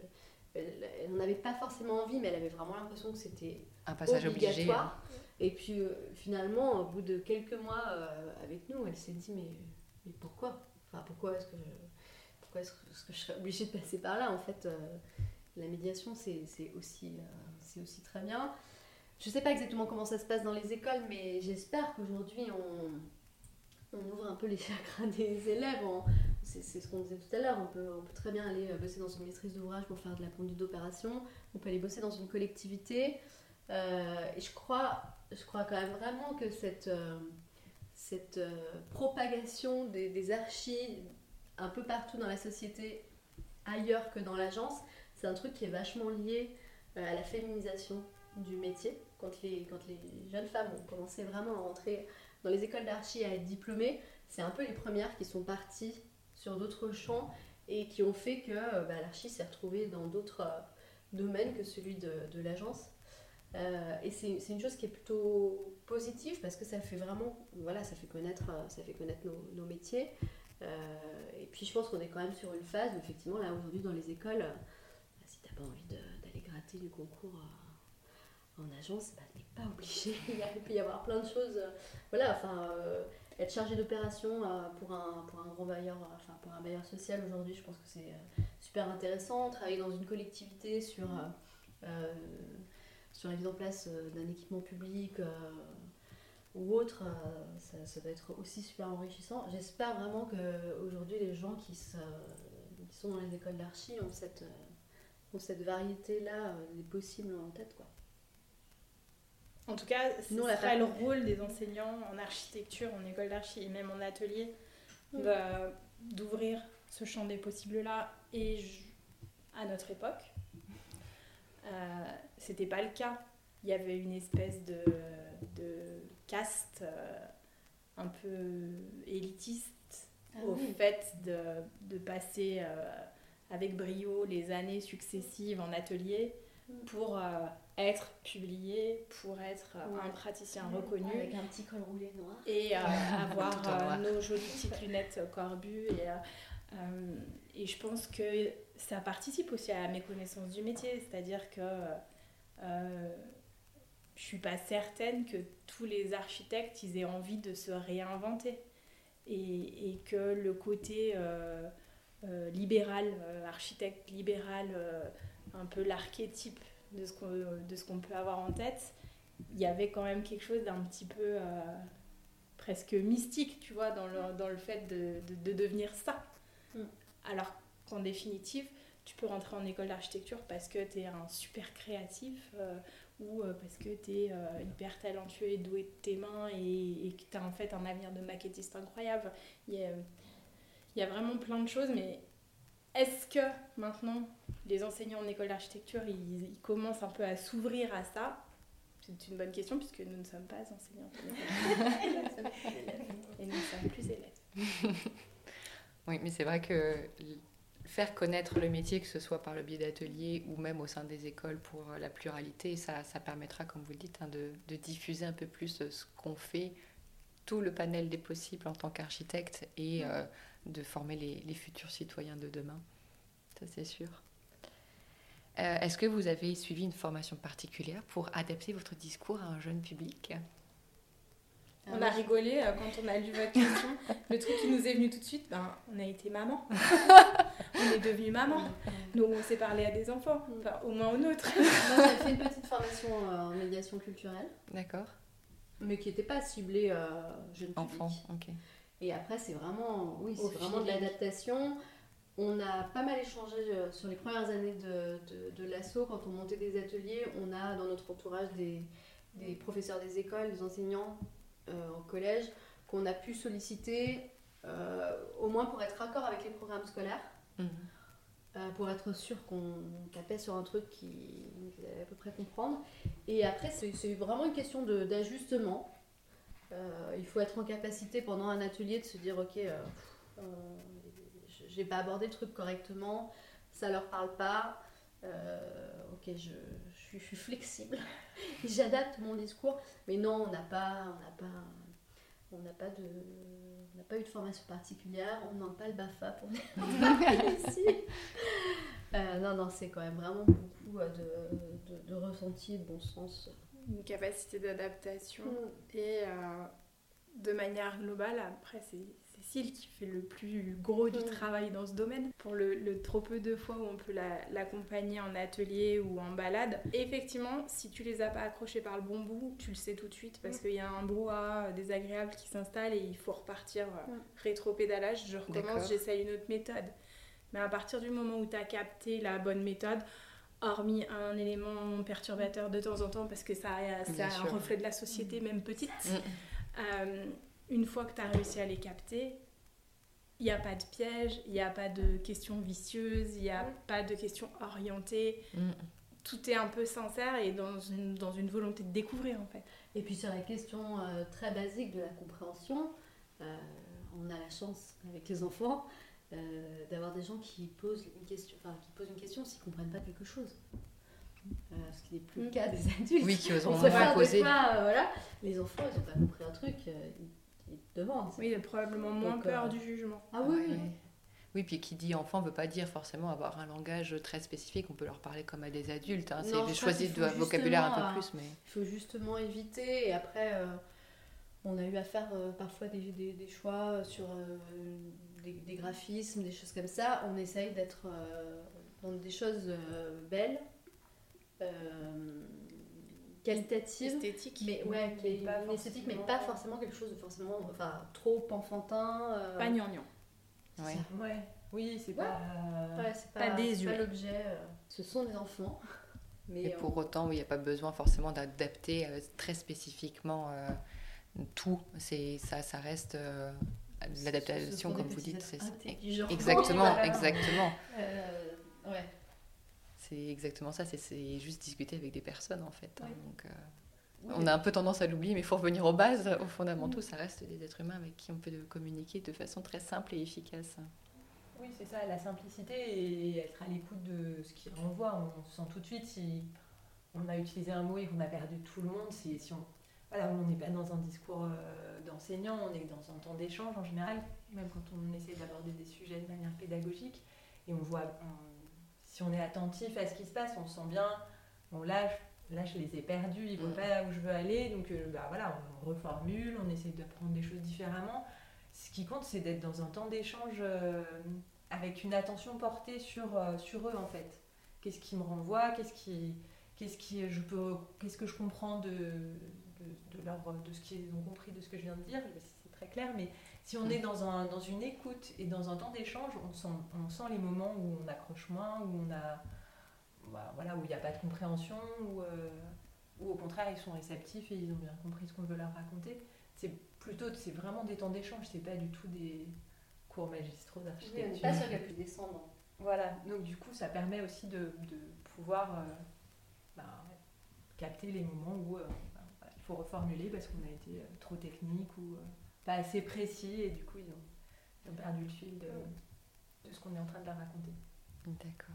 elle n'en avait pas forcément envie, mais elle avait vraiment l'impression que c'était un passage obligatoire. Obligé, hein. Et puis euh, finalement, au bout de quelques mois euh, avec nous, elle s'est dit mais, mais pourquoi enfin, pourquoi est-ce que je, pourquoi est-ce que je serais obligée de passer par là? En fait, euh, la médiation, c'est, c'est, aussi, euh, c'est aussi très bien. Je ne sais pas exactement comment ça se passe dans les écoles, mais j'espère qu'aujourd'hui, on, on ouvre un peu les chakras des élèves. En, c'est, c'est ce qu'on disait tout à l'heure. On peut, on peut très bien aller bosser dans une maîtrise d'ouvrage pour faire de la conduite d'opération. On peut aller bosser dans une collectivité. Euh, et je crois, je crois quand même vraiment que cette, euh, cette euh, propagation des, des archis un peu partout dans la société, ailleurs que dans l'agence, c'est un truc qui est vachement lié euh, à la féminisation du métier. Quand les, quand les jeunes femmes ont commencé vraiment à rentrer dans les écoles d'archi, à être diplômées, c'est un peu les premières qui sont parties sur d'autres champs et qui ont fait que euh, bah, l'archi s'est retrouvée dans d'autres euh, domaines que celui de, de l'agence. Euh, et c'est, c'est une chose qui est plutôt positive parce que ça fait vraiment, voilà, ça fait connaître, ça fait connaître nos, nos métiers. Euh, et puis je pense qu'on est quand même sur une phase où effectivement là aujourd'hui dans les écoles, bah, si t'as pas envie de, d'aller gratter du concours euh, en agence, bah, t'es pas obligé. Il peut y avoir plein de choses. Euh, voilà, enfin euh, être chargé d'opération euh, pour un pour un gros bailleur, euh, enfin pour un bailleur social aujourd'hui, je pense que c'est euh, super intéressant. Travailler dans une collectivité sur euh, euh, sur la mise en place euh, d'un équipement public. Euh, ou autre, euh, ça, ça doit être aussi super enrichissant. J'espère vraiment qu'aujourd'hui, les gens qui, se, qui sont dans les écoles d'archi ont cette, euh, ont cette variété-là euh, des possibles en tête, quoi. En tout cas, ce Nous, serait le rôle des enseignants en architecture, en école d'archi et même en atelier, mmh. de, d'ouvrir ce champ des possibles-là. Et je, à notre époque, euh, c'était pas le cas. Il y avait une espèce de, de caste euh, un peu élitiste ah, au oui. fait de, de passer euh, avec brio les années successives en atelier pour euh, être publié, pour être ouais. un praticien reconnu. Avec un petit col roulé noir. Et euh, avoir euh, nos jolies petites lunettes corbues. Et, euh, euh, et je pense que ça participe aussi à la méconnaissance du métier. C'est-à-dire que euh, je suis pas certaine que tous les architectes ils aient envie de se réinventer et, et que le côté euh, euh, libéral, euh, architecte libéral, euh, un peu l'archétype de ce, qu'on, de ce qu'on peut avoir en tête, il y avait quand même quelque chose d'un petit peu euh, presque mystique, tu vois, dans le, dans le fait de, de, de devenir ça. Mm. Alors qu'en définitive, tu peux rentrer en école d'architecture parce que tu es un super créatif, euh, ou parce que tu es euh, hyper talentueux et doué de tes mains et, et que tu as en fait un avenir de maquettiste incroyable. Il y a, il y a vraiment plein de choses, mais est-ce que maintenant les enseignants en école d'architecture ils, ils commencent un peu à s'ouvrir à ça? C'est une bonne question puisque nous ne sommes pas enseignants et nous ne sommes plus élèves. Oui, mais c'est vrai que faire connaître le métier, que ce soit par le biais d'ateliers ou même au sein des écoles pour la pluralité, ça, ça permettra, comme vous le dites, hein, de, de diffuser un peu plus ce qu'on fait, tout le panel des possibles en tant qu'architecte et euh, de former les, les futurs citoyens de demain. Ça, c'est sûr. Euh, est-ce que vous avez suivi une formation particulière pour adapter votre discours à un jeune public ? On a rigolé euh, quand on a lu votre question. Le truc qui nous est venu tout de suite, ben, on a été maman. On est devenu maman. Nous, on s'est parlé à des enfants, enfin, au moins au nôtre. Moi, j'ai fait une petite formation euh, en médiation culturelle. D'accord. Mais qui n'était pas ciblée euh, jeune public. Enfant, ok. Et après, c'est vraiment, oui, c'est vraiment de l'adaptation. On a pas mal échangé euh, sur les premières années de, de, de l'asso. Quand on montait des ateliers, on a dans notre entourage des, des professeurs des écoles, des enseignants Euh, au collège, qu'on a pu solliciter euh, au moins pour être raccord avec les programmes scolaires, mmh. euh, pour être sûr qu'on tapait sur un truc qu'ils allaient à peu près comprendre. Et après, c'est, c'est vraiment une question de, d'ajustement. Euh, il faut être en capacité pendant un atelier de se dire ok, euh, euh, j'ai pas abordé le truc correctement, ça leur parle pas, euh, ok, je, je, suis, je suis flexible, j'adapte mon discours, mais non, on n'a pas, on n'a pas, on n'a pas de, on n'a pas eu de formation particulière, on ne demande pas le B A F A pour venir ici. Euh, non, non, c'est quand même vraiment beaucoup de, de, de ressenti, de bon sens. Une capacité d'adaptation. Mm. Et euh, de manière globale, après, c'est Cécile qui fait le plus gros du Mm. travail dans ce domaine. Pour le, le trop peu de fois où on peut la, l'accompagner en atelier ou en balade, effectivement, si tu les as pas accrochés par le bon bout, tu le sais tout de suite parce Mm. qu'il y a un brouhaha désagréable qui s'installe et il faut repartir euh, Mm. rétro-pédalage. Je recommence, D'accord. j'essaye une autre méthode. Mais à partir du moment où tu as capté la bonne méthode, hormis un élément perturbateur de temps en temps, parce que ça, c'est un sûr. reflet de la société, même petite, Mm. euh, une fois que tu as réussi à les capter, il n'y a pas de piège, il n'y a pas de questions vicieuses, il n'y a Mm. pas de questions orientées. Mm. Tout est un peu sincère et dans une, dans une volonté de découvrir, en fait. Et puis sur la question euh, très basique de la compréhension, euh, on a la chance avec les enfants euh, d'avoir des gens qui posent une question, enfin qui posent une question s'ils ne comprennent pas quelque chose. Euh, ce qui n'est plus le cas des adultes. Oui, qui On oseront se moins fait des poser. fois, euh, voilà. Les enfants, ils n'ont pas compris un truc, euh, ils, ils te demandent. Oui, il y a probablement moins Donc, peur euh, du jugement. Ah oui, oui. Ouais. Oui, puis qui dit enfant ne veut pas dire forcément avoir un langage très spécifique. On peut leur parler comme à des adultes. Hein. Non, C'est je j'ai crois choisi qu'il faut de vocabulaire un justement, peu plus, mais Il faut justement éviter. Et après, euh, on a eu à faire euh, parfois des, des, des choix sur euh, des, des graphismes, des choses comme ça. On essaye d'être euh, dans des choses euh, belles, euh, qualitatives. Esthétique. Mais ouais, qui est pas une esthétique, mais forcément- pas forcément quelque chose de forcément, enfin, trop enfantin. euh, Pas gnangnan. c'est Ouais. ça. Ouais, oui, c'est Ouais. pas. Ouais, c'est Pas pas, désuet. c'est pas l'objet. euh, Ce sont des enfants. Mais et pour on- autant, oui, il n'y a pas besoin forcément d'adapter euh, très spécifiquement euh, tout. C'est ça, ça reste euh, ce l'adaptation, sont des comme vous petits dites. êtres C'est intelligents. exactement, Voilà. exactement. Euh, ouais. C'est exactement ça. C'est- C'est juste discuter avec des personnes en fait. hein. Ouais. Donc, euh, Oui, on a un peu tendance à l'oublier, mais il faut revenir aux bases, aux fondamentaux. Ça reste des êtres humains avec qui on peut communiquer de façon très simple et efficace. Oui, c'est ça, la simplicité et être à l'écoute de ce qui renvoie. On sent tout de suite si on a utilisé un mot et qu'on a perdu tout le monde. Si, si on voilà, on n'est pas dans un discours euh, d'enseignant, on est dans un temps d'échange en général, même quand on essaie d'aborder des sujets de manière pédagogique. Et on voit, on- si on est attentif à ce qui se passe, on sent bien, bon là, je, là je les ai perdus, ils ne vont Mm. pas là où je veux aller, donc euh, bah, voilà, on, on reformule, on essaie d'apprendre des choses différemment. Ce qui compte, c'est d'être dans un temps d'échange euh, avec une attention portée sur, euh, sur eux en fait. Qu'est-ce qui me renvoie, qu'est-ce qui, qu'est-ce qui je peux, qu'est-ce que je comprends de, de, de, leur, de ce qu'ils ont compris de ce que je viens de dire, c'est très clair, mais si on est dans, un, dans une écoute et dans un temps d'échange, on sent, on sent les moments où on accroche moins, où on a, bah, voilà, où il n'y a pas de compréhension, où, euh, où au contraire ils sont réceptifs et ils ont bien compris ce qu'on veut leur raconter. C'est plutôt, c'est vraiment des temps d'échange, c'est pas du tout des cours magistraux Oui, on n'est d'architecture. pas sur quelque descendant. Voilà, donc du coup ça permet aussi de, de pouvoir euh, bah, capter les moments où euh, bah, voilà, il faut reformuler parce qu'on a été euh, trop technique ou euh, pas assez précis et du coup ils ont, ils ont perdu le fil de, de ce qu'on est en train de leur raconter. D'accord.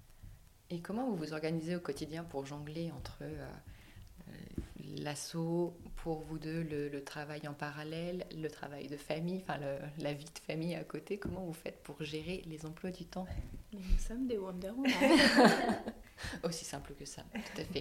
Et comment vous vous organisez au quotidien pour jongler entre euh, euh, l'assaut, pour vous deux, le, le travail en parallèle, le travail de famille, enfin le- la vie de famille à côté? Comment vous faites pour gérer les emplois du temps? Mais nous sommes des Wonder Woman. Aussi simple que ça, tout à fait.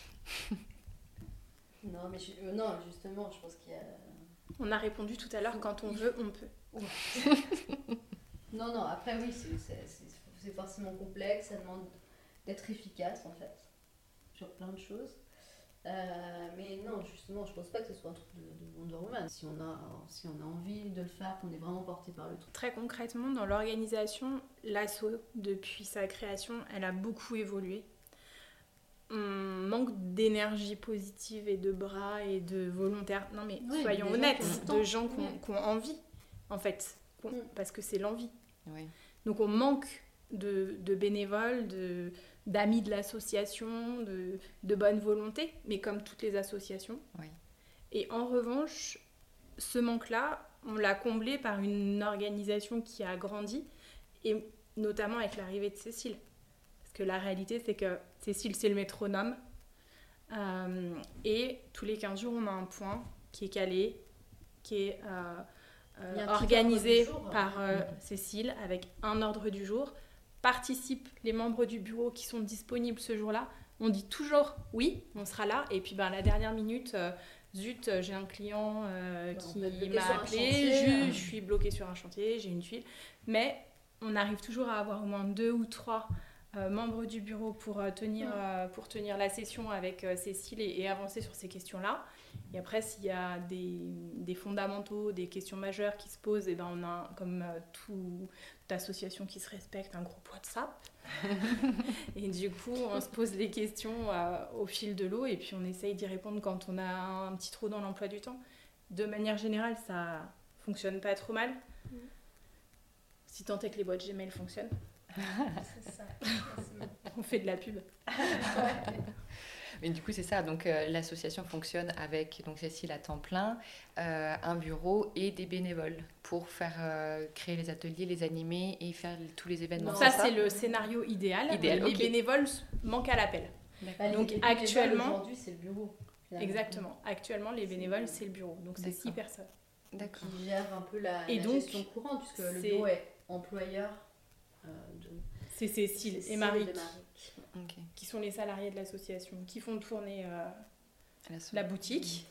Non, mais je- euh, non, justement, je pense qu'il y a. On a répondu tout à l'heure, quand on veut, on peut. Non, non, après, oui, c'est, c'est, c'est, c'est forcément complexe, ça demande d'être efficace en fait, sur plein de choses. Euh, mais non, justement, je pense pas que ce soit un truc de, de Wonder Woman. Si on, a, si on a envie de le faire, qu'on est vraiment porté par le truc. Très concrètement, dans l'organisation, l'asso, depuis sa création, elle a beaucoup évolué. On manque d'énergie positive et de bras et de volontaires. Non mais Oui, soyons des gens honnêtes, qui ont le de temps. gens qui ont, Oui. qui ont envie, en fait. Qu'on- Mm. Parce que c'est l'envie. Oui. Donc on manque de, de bénévoles, de, d'amis de l'association, de, de bonne volonté, mais comme toutes les associations. Oui. Et en revanche, ce manque-là, on l'a comblé par une organisation qui a grandi, et notamment avec l'arrivée de Cécile. Parce que la réalité, c'est que Cécile, c'est le métronome. Euh, et tous les quinze jours, on a un point qui est calé, qui est euh, euh, organisé jour, par euh, mmh. Cécile, avec un ordre du jour. Participent les membres du bureau qui sont disponibles ce jour-là. On dit toujours oui, on sera là. Et puis ben, à la dernière minute, euh, zut, j'ai un client euh, bon, qui m'a appelé, je, je suis bloquée sur un chantier, j'ai une tuile. Mais on arrive toujours à avoir au moins deux ou trois euh, membres du bureau pour, euh, tenir, mmh. euh, pour tenir la session avec euh, Cécile et, et avancer sur ces questions-là. Et après, s'il y a des, des fondamentaux, des questions majeures qui se posent, et ben on a, comme euh, toute association qui se respecte, un groupe WhatsApp. Et du coup, on se pose les questions euh, au fil de l'eau et puis on essaye d'y répondre quand on a un petit trou dans l'emploi du temps. De manière générale, ça fonctionne pas trop mal. Mmh. Si tant est que les boîtes Gmail fonctionnent. C'est ça. On fait de la pub. Mais du coup, c'est ça. Donc, euh, l'association fonctionne avec donc, Cécile à temps plein, euh, un bureau et des bénévoles pour faire euh, créer les ateliers, les animer et faire tous les événements. Non, ça, ça, c'est le scénario idéal. idéal les okay. bénévoles manquent à l'appel. Bah, donc, les actuellement. Aujourd'hui, c'est le bureau. Finalement. Exactement. Actuellement, les bénévoles, c'est le bureau. Donc, c'est six personnes. D'accord. Qui gèrent un peu la, et la donc, gestion courante, puisque le bureau est employeur euh, de. C'est Cécile, Cécile et Marie. Okay. Qui sont les salariés de l'association, qui font tourner euh, la, la boutique.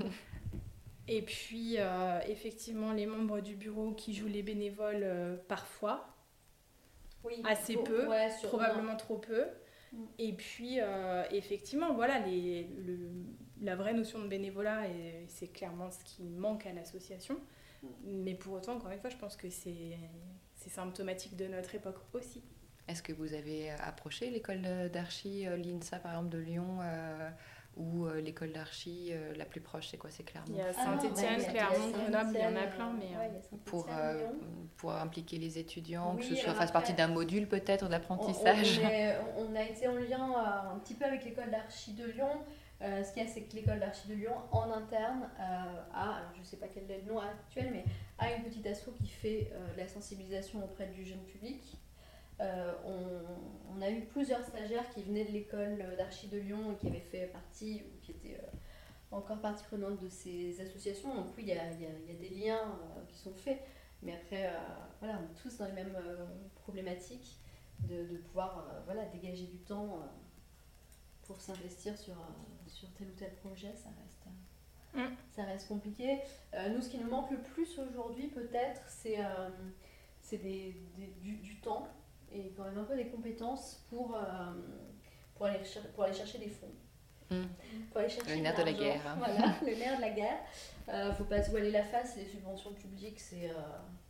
Et puis, euh, effectivement, les membres du bureau qui jouent les bénévoles euh, parfois, oui, assez trop, peu, ouais, probablement non. trop peu. Mm. Et puis, euh, effectivement, voilà, les, le, la vraie notion de bénévolat, et c'est clairement ce qui manque à l'association. Mm. Mais pour autant, encore une fois, je pense que c'est, c'est symptomatique de notre époque aussi. Est-ce que vous avez approché l'école d'archi, l'I N S A par exemple de Lyon, euh, ou euh, l'école d'archi euh, la plus proche, c'est quoi? C'est Clermont. Il y a Saint-Étienne, ah Clermont, Grenoble, il y en a plein. Mais, ouais, pour, euh, pour impliquer les étudiants, oui, que ce soit fasse partie d'un module peut-être d'apprentissage. On, on, est, on a été en lien euh, un petit peu avec l'école d'archi de Lyon. Euh, ce qu'il y a, c'est que l'école d'archi de Lyon, en interne, euh, a, alors je ne sais pas quel est le nom actuel, mais a une petite asso qui fait euh, de la sensibilisation auprès du jeune public. Euh, on, on a eu plusieurs stagiaires qui venaient de l'école d'archi de Lyon et qui avaient fait partie, ou qui étaient euh, encore partie prenante de ces associations. Donc oui, il y a, il y a, il y a des liens euh, qui sont faits, mais après, euh, voilà, on est tous dans les mêmes euh, problématiques de, de pouvoir euh, voilà, dégager du temps euh, pour s'investir sur, euh, sur tel ou tel projet. Ça reste, euh, mm. ça reste compliqué. Euh, nous, ce qui nous manque le plus aujourd'hui, peut-être, c'est, euh, c'est des, des, du, du temps. Et quand même un peu des compétences pour, euh, pour, aller, cher- pour aller chercher des fonds. Mmh. Pour aller chercher le nerf de la guerre. Hein. Voilà, le nerf de la guerre. Il euh, ne faut pas se voiler la face, les subventions publiques, c'est, euh,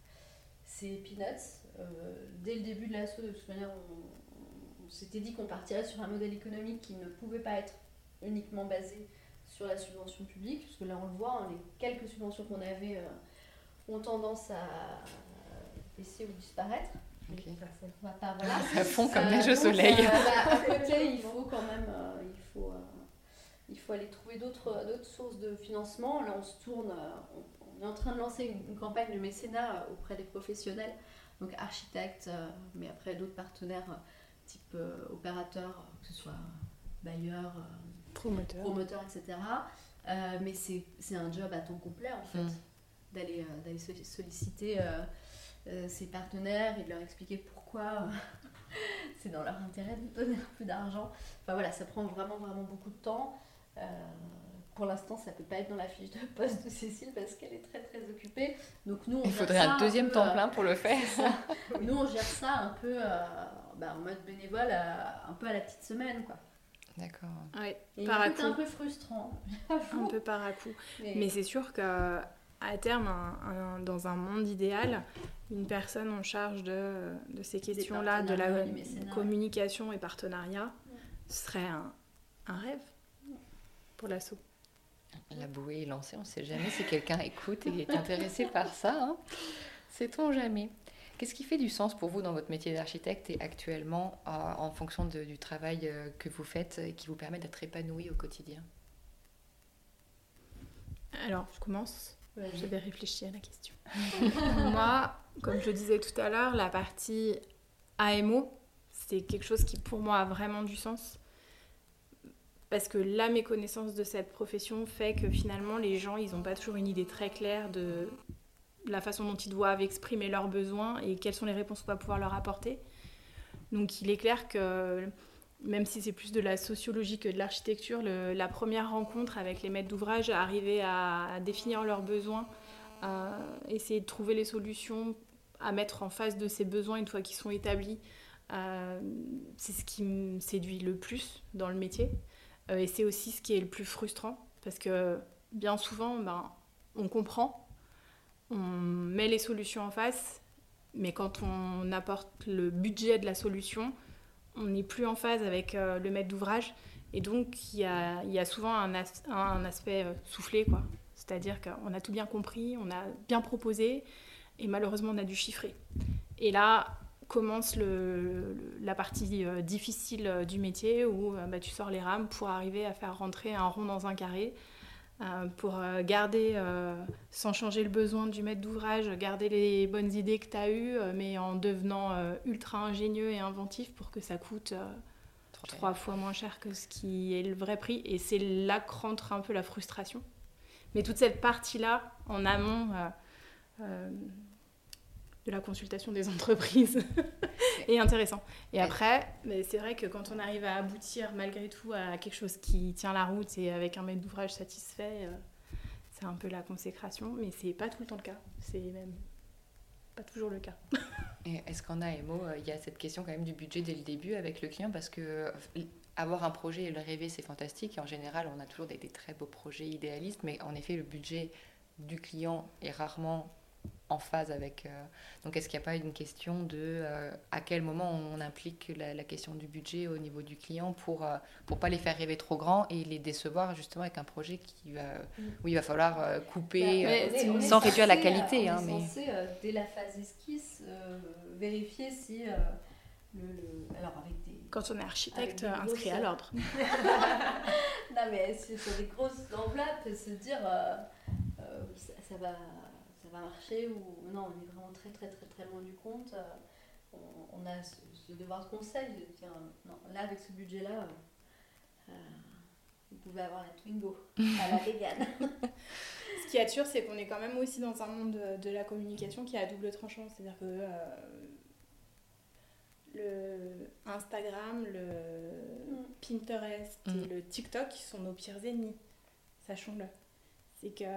c'est peanuts. Euh, dès le début de l'assaut, de toute manière, on, on s'était dit qu'on partirait sur un modèle économique qui ne pouvait pas être uniquement basé sur la subvention publique, parce que là on le voit, hein, les quelques subventions qu'on avait euh, ont tendance à baisser ou disparaître. Okay. On va pas, voilà. À fond comme neige au soleil. Euh, bah, à côté, il faut quand même euh, il, faut, euh, il faut aller trouver d'autres, d'autres sources de financement. Là, on se tourne, euh, on, on est en train de lancer une, une campagne de mécénat auprès des professionnels, donc architectes, euh, mais après d'autres partenaires euh, type euh, opérateurs, que ce soit bailleurs, euh, promoteurs, promoteurs, et cetera. Euh, mais c'est, c'est un job à temps complet, en fait, mmh. d'aller, euh, d'aller solliciter euh, Euh, ses partenaires et de leur expliquer pourquoi euh, c'est dans leur intérêt de donner un peu d'argent. Enfin voilà, ça prend vraiment vraiment beaucoup de temps. Euh, pour l'instant, ça peut pas être dans la fiche de poste de Cécile parce qu'elle est très très occupée. Donc nous, on il faudrait un deuxième un peu, temps plein pour le faire. Nous, on gère ça un peu euh, bah, en mode bénévole, euh, un peu à la petite semaine, quoi. D'accord. Ouais, et par à coup. C'est un peu frustrant. Un peu par à coup. Mais, Mais c'est sûr que à terme, un, un, dans un monde idéal, une personne en charge de, de ces questions-là, de la communication et partenariat, ouais. ce serait un, un rêve pour l'asso. La bouée est lancée, on ne sait jamais si quelqu'un écoute et est intéressé par ça. Hein. Sait-on jamais. Qu'est-ce qui fait du sens pour vous dans votre métier d'architecte et actuellement euh, en fonction de, du travail euh, que vous faites et qui vous permet d'être épanoui au quotidien? Alors, je commence. Ouais, Je vais réfléchir à la question. Moi, comme je le disais tout à l'heure, la partie A M O, c'est quelque chose qui pour moi a vraiment du sens. Parce que la méconnaissance de cette profession fait que finalement les gens, ils n'ont pas toujours une idée très claire de la façon dont ils doivent exprimer leurs besoins et quelles sont les réponses qu'on va pouvoir leur apporter. Donc il est clair que même si c'est plus de la sociologie que de l'architecture, le, la première rencontre avec les maîtres d'ouvrage, arriver à, à définir leurs besoins, à essayer de trouver les solutions à mettre en face de ces besoins une fois qu'ils sont établis, euh, c'est ce qui me séduit le plus dans le métier. Euh, et c'est aussi ce qui est le plus frustrant, parce que bien souvent, ben, on comprend, on met les solutions en face, mais quand on apporte le budget de la solution, on n'est plus en phase avec euh, le maître d'ouvrage. Et donc, il y a, y a souvent un, as- un aspect euh, soufflé, quoi. C'est-à-dire qu'on a tout bien compris, on a bien proposé, et malheureusement, on a dû chiffrer. Et là commence le, le, la partie euh, difficile euh, du métier, où euh, bah, tu sors les rames pour arriver à faire rentrer un rond dans un carré, euh, pour euh, garder, euh, sans changer le besoin du maître d'ouvrage, garder les bonnes idées que tu as eues, euh, mais en devenant euh, ultra ingénieux et inventif pour que ça coûte euh, trois fois moins cher que ce qui est le vrai prix. Et c'est là que rentre un peu la frustration. Mais toute cette partie-là, en amont euh, euh, de la consultation des entreprises, est intéressant. Et après, mais c'est vrai que quand on arrive à aboutir malgré tout à quelque chose qui tient la route et avec un maître d'ouvrage satisfait, euh, c'est un peu la consécration. Mais c'est pas tout le temps le cas. C'est même pas toujours le cas. Et est-ce qu'en A M O, il y a cette question quand même du budget dès le début avec le client? Parce que avoir un projet et le rêver, c'est fantastique. Et en général, on a toujours des, des très beaux projets idéalistes. Mais en effet, le budget du client est rarement en phase avec... Euh... Donc, est-ce qu'il n'y a pas une question de euh, à quel moment on implique la, la question du budget au niveau du client pour ne euh, pour pas les faire rêver trop grand et les décevoir justement avec un projet qui va, où il va falloir euh, couper bah, euh, on est, on sans est réduire la censé, qualité. On Hein, est mais... censé, euh, dès la phase esquisse, euh, vérifier si... Euh, le, le... Alors, avec des... Quand on est architecte, grosses... inscrit à l'ordre. Non, mais sur des grosses enveloppes, se dire euh, euh, ça, ça va... ça va marcher ou non, on est vraiment très très très très loin du compte. Euh, on, on a ce, ce devoir de conseil de dire non, là avec ce budget là euh, vous pouvez avoir la Twingo à la vegan. Ce qui est sûr, c'est qu'on est quand même aussi dans un monde de, de la communication qui est à double tranchant, c'est-à-dire que euh, le Instagram, le mm. Pinterest mm. et le TikTok sont nos pires ennemis, sachons-le. C'est que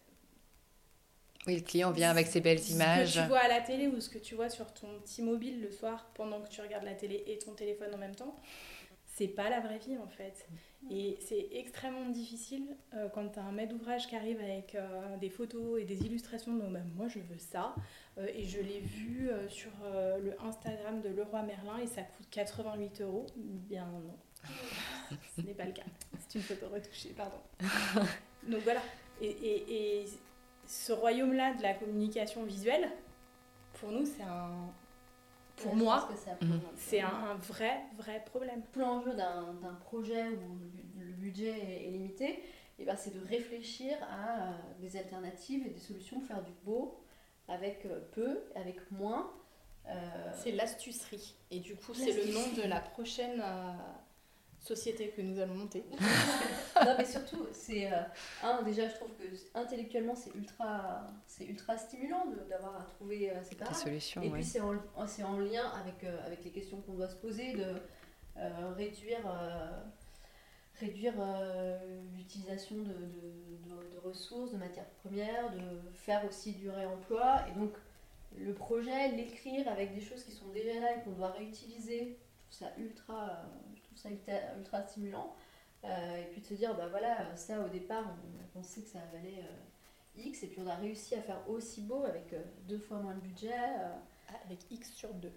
oui, le client vient avec ses belles images. Ce que tu vois à la télé ou ce que tu vois sur ton petit mobile le soir pendant que tu regardes la télé et ton téléphone en même temps, c'est pas la vraie vie en fait. Et c'est extrêmement difficile euh, quand tu as un maître d'ouvrage qui arrive avec euh, des photos et des illustrations. Donc, même moi je veux ça. Euh, et je l'ai vu euh, sur euh, le Instagram de Leroy Merlin et ça coûte quatre-vingt-huit euros. Bien non, ce n'est pas le cas. C'est une photo retouchée, pardon. Donc voilà. Et. et, et ce royaume-là de la communication visuelle, pour nous, c'est un... Pour ouais, moi, c'est, un, mmh. c'est un, un vrai, vrai problème. Tout l'enjeu d'un, d'un projet où le budget est limité, et ben, c'est de réfléchir à des alternatives et des solutions pour faire du beau avec peu, avec moins. Euh... C'est l'astucerie. Et du coup, c'est le nom de la prochaine... Euh... société que nous allons monter. Non mais surtout c'est euh, un déjà je trouve que intellectuellement c'est ultra c'est ultra stimulant de, d'avoir à trouver euh, ces des solutions. Et ouais. puis c'est en, c'est en lien avec euh, avec les questions qu'on doit se poser de euh, réduire euh, réduire euh, l'utilisation de, de, de, de ressources, de matières premières, de faire aussi du réemploi et donc le projet, l'écrire avec des choses qui sont déjà là et qu'on doit réutiliser, je trouve ça ultra euh, ça ultra stimulant euh, et puis de se dire bah voilà ça au départ on a pensé que ça valait euh, X et puis on a réussi à faire aussi beau avec euh, deux fois moins de budget euh, avec X sur deux.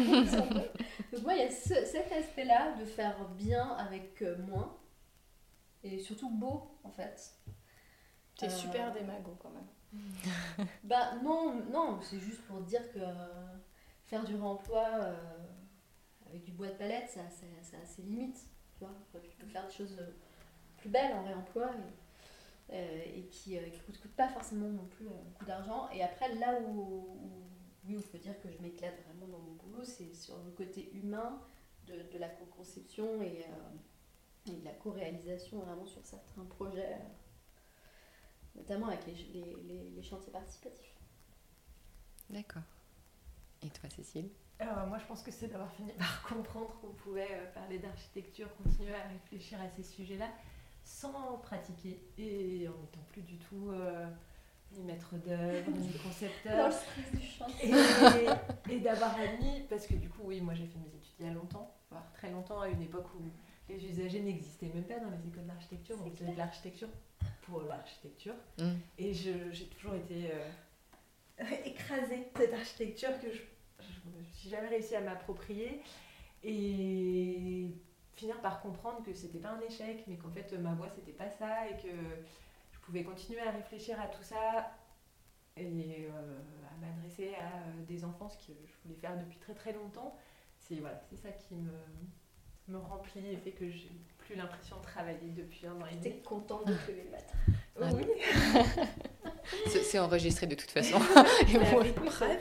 Donc moi il y a ce, cet aspect là de faire bien avec euh, moins et surtout beau en fait. T'es euh, super démago quand même. Bah non non c'est juste pour dire que euh, faire du réemploi euh, avec du bois de palette, ça, ça, ça a ses limites, tu vois. Tu peux faire des choses plus belles en réemploi. euh, et qui ne coûte, coûte pas forcément non plus euh, beaucoup d'argent. Et après, là où, où, oui, où il faut dire que je m'éclate vraiment dans mon boulot, c'est sur le côté humain de, de la co-conception et, euh, et de la co-réalisation vraiment sur certains projets, euh, notamment avec les, les, les, les chantiers participatifs. D'accord. Et toi, Cécile ? Alors, moi, je pense que c'est d'avoir fini par comprendre qu'on pouvait euh, parler d'architecture, continuer à réfléchir à ces sujets-là, sans pratiquer et en n'étant plus du tout euh, ni maître d'œuvre, ni concepteur. Et, et d'avoir admis, parce que du coup, oui, moi j'ai fait mes études il y a longtemps, voire très longtemps, à une époque où les usagers n'existaient même pas dans les écoles d'architecture, on faisait de l'architecture pour l'architecture. Mmh. Et je, j'ai toujours été euh, écrasée de cette architecture que je n'ai jamais réussi à m'approprier. Et finir par comprendre que c'était pas un échec, mais qu'en fait ma voie c'était pas ça et que je pouvais continuer à réfléchir à tout ça et euh, à m'adresser à euh, des enfants, ce que je voulais faire depuis très très longtemps. C'est, voilà, c'est ça qui me, me remplit et fait que j'ai plus l'impression de travailler depuis un an et demi. T'es contente de te lever le matin. Ah. Oui. c'est, c'est enregistré de toute façon. Et bah, oui, prête.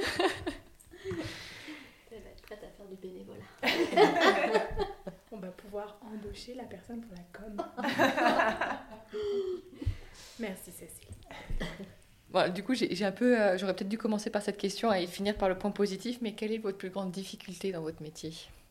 Elle va être prête à faire du bénévolat. On va pouvoir embaucher la personne pour la com. Merci Cécile. Bon, du coup, j'ai, j'ai un peu, euh, j'aurais peut-être dû commencer par cette question et finir par le point positif, mais quelle est votre plus grande difficulté dans votre métier ?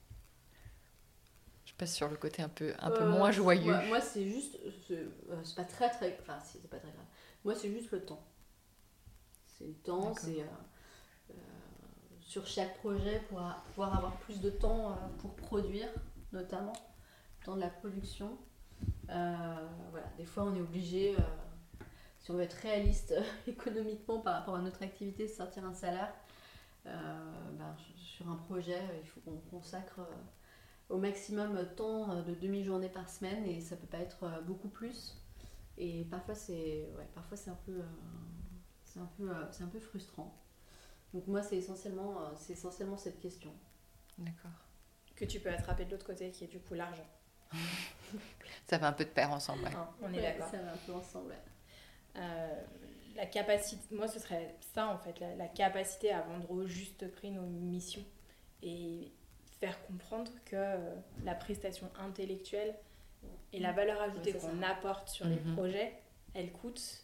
Je passe sur le côté un peu, un peu euh, moins joyeux. Moi, moi c'est juste, c'est, euh, c'est pas très très, enfin si, c'est pas très grave. Moi, c'est juste le temps. C'est le temps, D'accord. c'est... Euh, euh, sur chaque projet, pour pouvoir avoir plus de temps euh, pour produire, notamment, le temps de la production. Euh, voilà, des fois, on est obligé, euh, si on veut être réaliste euh, économiquement par rapport à notre activité, de sortir un salaire. Euh, ben, sur un projet, il faut qu'on consacre euh, au maximum de temps euh, de demi-journée par semaine et ça peut pas être euh, beaucoup plus. Et parfois, c'est, ouais, parfois c'est un peu, euh, c'est un peu, euh, c'est un peu frustrant. Donc moi, c'est essentiellement, euh, c'est essentiellement cette question. D'accord. Que tu peux attraper de l'autre côté, qui est du coup l'argent. Ça va un peu de pair ensemble. Ouais. Ah, on est ouais, d'accord. Ça va un peu ensemble. Ouais. Euh, la capacité, moi, ce serait ça en fait, la, la capacité à vendre au juste prix nos missions et faire comprendre que euh, la prestation intellectuelle et la valeur ajoutée ouais, qu'on ça. apporte sur mm-hmm. les projets, elle coûte.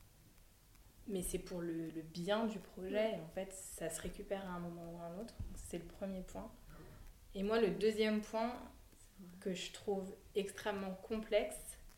Mais c'est pour le, le bien du projet, et en fait, ça se récupère à un moment ou à un autre. C'est le premier point. Et moi, le deuxième point que je trouve extrêmement complexe,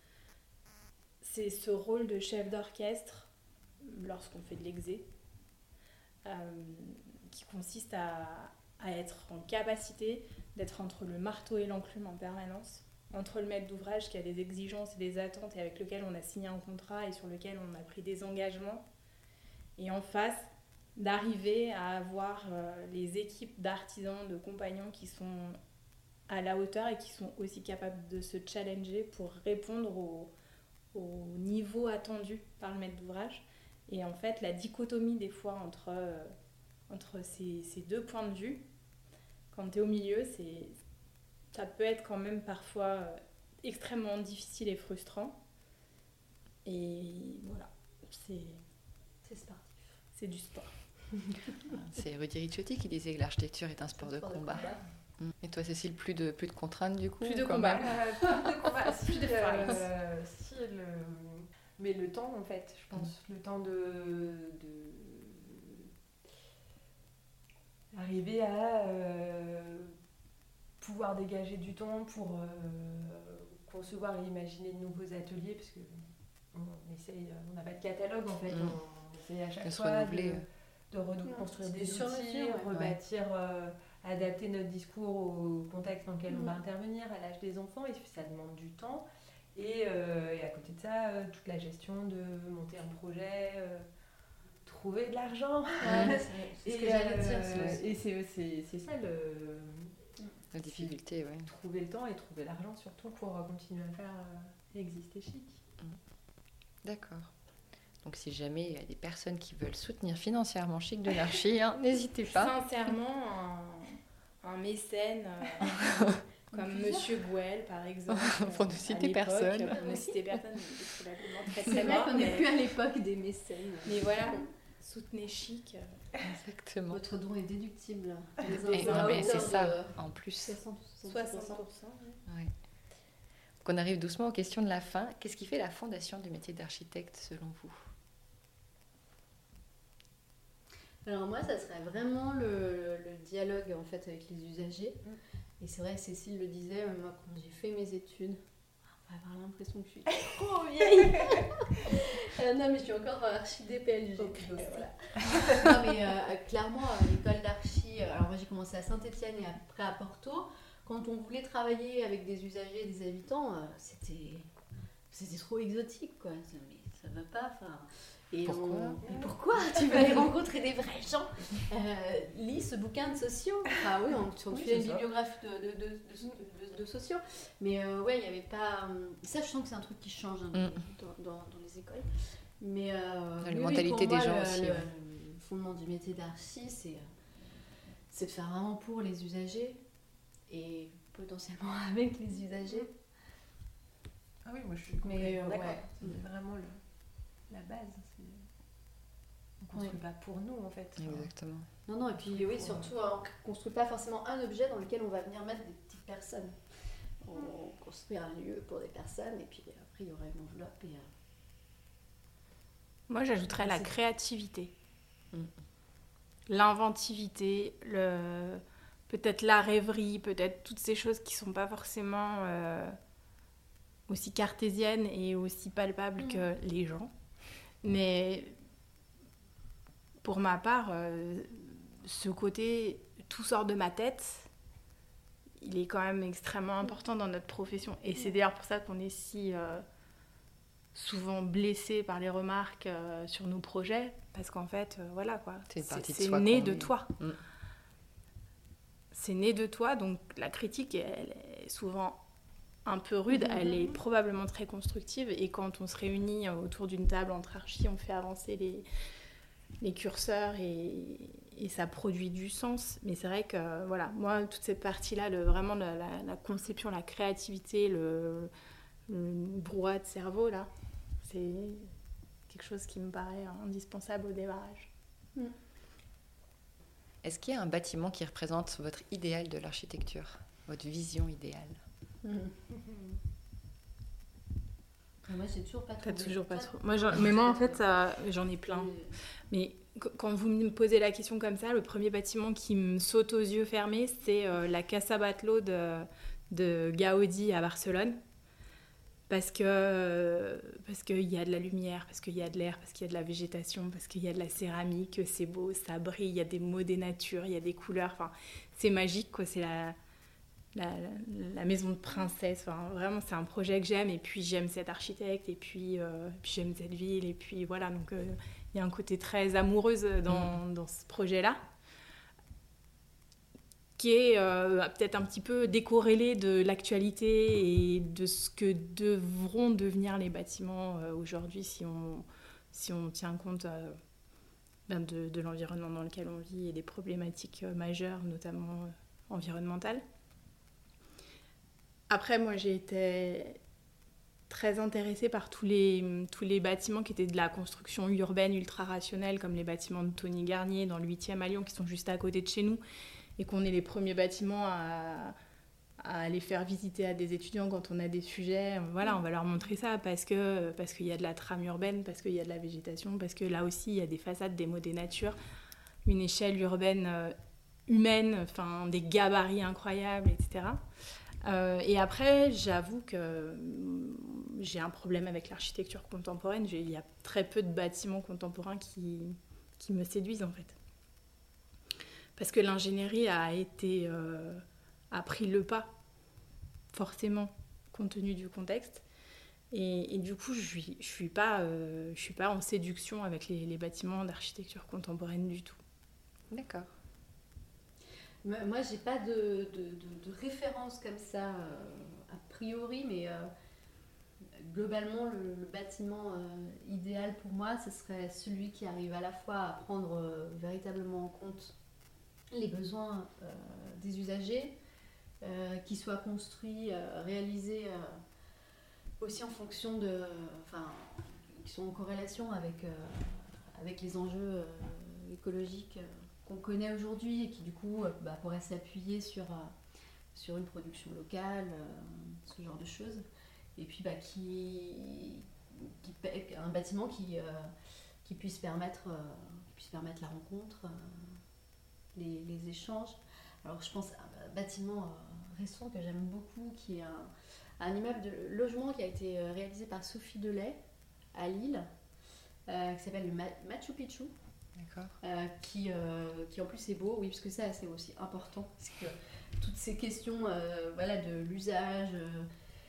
c'est ce rôle de chef d'orchestre lorsqu'on fait de l'exé, euh, qui consiste à, à être en capacité d'être entre le marteau et l'enclume en permanence, entre le maître d'ouvrage qui a des exigences et des attentes et avec lequel on a signé un contrat et sur lequel on a pris des engagements, et en face, d'arriver à avoir euh, les équipes d'artisans, de compagnons qui sont à la hauteur et qui sont aussi capables de se challenger pour répondre au, au niveau attendu par le maître d'ouvrage. Et en fait, la dichotomie des fois entre, euh, entre ces, ces deux points de vue, quand tu es au milieu, c'est, ça peut être quand même parfois euh, extrêmement difficile et frustrant. Et voilà, c'est, c'est sportif. C'est du sport. C'est Rudy Ricciotti qui disait que l'architecture est un sport, sport de, combat. de combat. Et toi, Cécile, plus de, plus de contraintes du coup? Plus de combat. Euh, plus de combat. Si, plus de euh, si le... Mais le temps, en fait, je pense. Mm. Le temps de, de... arriver à euh, pouvoir dégager du temps pour euh, concevoir et imaginer de nouveaux ateliers, parce que on essaye, on n'a pas de catalogue en fait. Mm. On, C'est à chaque de fois de, de reconstruire ouais, des outils, ouais. rebâtir, euh, adapter notre discours au contexte dans lequel mmh. on va intervenir, à l'âge des enfants, et ça demande du temps. Et, euh, et à côté de ça, euh, toute la gestion de monter un projet, euh, trouver de l'argent. Ouais, c'est, c'est ce que j'allais euh, dire. C'est et c'est, c'est, c'est ça le, la difficulté, ouais. Trouver le temps et trouver l'argent surtout pour continuer à faire euh, exister Chic. Mmh. D'accord. Donc si jamais il y a des personnes qui veulent soutenir financièrement Chic de l'Archi, hein, n'hésitez pas. Sincèrement, un, un mécène, euh, Comme Plusieurs. Monsieur Gouel, par exemple. Pour ne à citer l'époque. personne. Pour ne citer personne, mais il est probablement très C'est très vrai mort, qu'on n'est mais- plus à l'époque des mécènes. Mais voilà, soutenez Chic. Exactement. Votre don est déductible. Et non, mais c'est ça, en plus. soixante soixante pour cent. Ouais. Donc on arrive doucement aux questions de la fin. Qu'est-ce qui fait la fondation du métier d'architecte selon vous? Alors moi, ça serait vraiment le, le dialogue en fait avec les usagers. Et c'est vrai, Cécile le disait, euh, moi quand j'ai fait mes études, on va avoir l'impression que je suis trop vieille. Euh, non mais je suis encore archi D P L G. Ok, donc, voilà. Non mais euh, clairement, à l'école d'archi, alors moi j'ai commencé à Saint-Étienne et après à Porto. Quand on voulait travailler avec des usagers, des habitants, euh, c'était c'était trop exotique quoi. Ça- Mais ça va pas. Enfin. Et Pourquoi on- Mais pourquoi tu vas aller rencontrer des vrais gens? Euh, lis ce bouquin de sociaux. Ah oui, on, on Oui, fait une c'est ça. bibliographie de, de, de, de- de- de sociaux. Mais euh, ouais, il n'y avait pas. euh, Ça, je sens que c'est un truc qui change hein, Mm. dans, dans, dans les écoles. Mais euh, La oui, oui, mentalité pour des moi, gens le, aussi, Le, ouais. le fondement du métier d'archi, c'est euh, c'est de faire vraiment pour les usagers et potentiellement avec les usagers. Ah oui, moi je suis Mais, complètement euh, d'accord. ouais. C'est vraiment le, la base. C'est... On construit Ouais. pas pour nous en fait. Enfin, Exactement. Non, non, et puis oui, surtout, hein, on ne construit pas forcément un objet dans lequel on va venir mettre des petites personnes. On construit un lieu pour des personnes, et puis après, il y aura une enveloppe. Et, euh, Moi, j'ajouterais la C'est- créativité. Mm. L'inventivité, le... peut-être la rêverie, peut-être toutes ces choses qui sont pas forcément euh, aussi cartésiennes et aussi palpables Mm. que les gens. Mais pour ma part, euh, ce côté tout sort de ma tête, il est quand même extrêmement important dans notre profession. Et c'est d'ailleurs pour ça qu'on est si euh, souvent blessé par les remarques euh, sur nos projets, parce qu'en fait, euh, voilà quoi, C'est une partie de c'est soi né qu'on de est. toi. Mm. C'est né de toi, donc la critique, elle est souvent un peu rude, Mhm. elle est probablement très constructive, et quand on se réunit autour d'une table entre archis, on fait avancer les, les curseurs et, et ça produit du sens. Mais c'est vrai que, voilà, moi, toute cette partie-là, le, vraiment la, la- la conception, la créativité, le, le brouhaha de cerveau, là, c'est quelque chose qui me paraît indispensable au démarrage. Est-ce qu'il y a un bâtiment qui représente votre idéal de l'architecture, votre vision idéale? Et moi, j'ai toujours pas T'as trouvé. toujours pas Toi, trop. Moi, j'en- mais moi, en fait, ça- j'en ai plein. euh, Mais qu- quand vous me posez la question comme ça, le premier bâtiment qui me saute aux yeux fermés, c'est euh, la Casa Batlló de, de Gaudi à Barcelone. Parce que euh, parce qu'il y a de la lumière, parce qu'il y a de l'air, parce qu'il y a de la végétation, parce qu'il y a de la céramique, c'est beau, ça brille, il y a des mots des natures, il y a des couleurs. Enfin, c'est magique, quoi. C'est la, la, la maison de princesse. Enfin, vraiment, c'est un projet que j'aime. Et puis, j'aime cet architecte, et puis, euh, puis j'aime cette ville. Et puis, voilà. Donc, euh, il y a un côté très amoureuse dans, dans ce projet-là, qui est euh, peut-être un petit peu décorrélé de l'actualité et de ce que devront devenir les bâtiments euh, aujourd'hui si on, si on tient compte euh, ben de, de l'environnement dans lequel on vit et des problématiques euh, majeures, notamment euh, environnementales. Après, moi, j'ai été très intéressée par tous les, tous les bâtiments qui étaient de la construction urbaine ultra-rationnelle, comme les bâtiments de Tony Garnier dans le huitième à Lyon, qui sont juste à côté de chez nous, et qu'on est les premiers bâtiments à, à aller faire visiter à des étudiants quand on a des sujets. Voilà, on va leur montrer ça parce que parce qu'il y a de la trame urbaine, parce qu'il y a de la végétation, parce que là aussi, il y a des façades, des mots des natures, une échelle urbaine euh, humaine, enfin, des gabarits incroyables, et cetera. Euh, et après, j'avoue que euh, j'ai un problème avec l'architecture contemporaine. J'ai- Il y a très peu de bâtiments contemporains qui, qui me séduisent, en fait. Parce que l'ingénierie a été euh, a pris le pas, forcément, compte tenu du contexte. Et, et du coup, je suis, je suis pas, euh, je suis pas en séduction avec les, les bâtiments d'architecture contemporaine du tout. D'accord. Moi, moi, j'ai pas de, de, de, de référence comme ça, euh, a priori, mais euh, globalement, le, le bâtiment euh, idéal pour moi, ce serait celui qui arrive à la fois à prendre euh, véritablement en compte les besoins euh, des usagers, euh, qui soit construit, euh, réalisé euh, aussi en fonction de, enfin, qui sont en corrélation avec, euh, avec les enjeux euh, écologiques euh, qu'on connaît aujourd'hui et qui du coup euh, bah, pourraient s'appuyer sur, euh, sur une production locale, euh, ce genre de choses. Et puis bah, qui, qui, un bâtiment qui, euh, qui, puisse permettre, euh, qui puisse permettre la rencontre, euh, les, les échanges. Alors je pense à un bâtiment euh, récent que j'aime beaucoup, qui est un, un immeuble de logement qui a été réalisé par Sophie Delay à Lille, euh, qui s'appelle le Machu Picchu. D'accord. Euh, qui, euh, qui en plus est beau, oui, parce que ça c'est aussi important, parce que toutes ces questions euh, voilà, de l'usage, euh,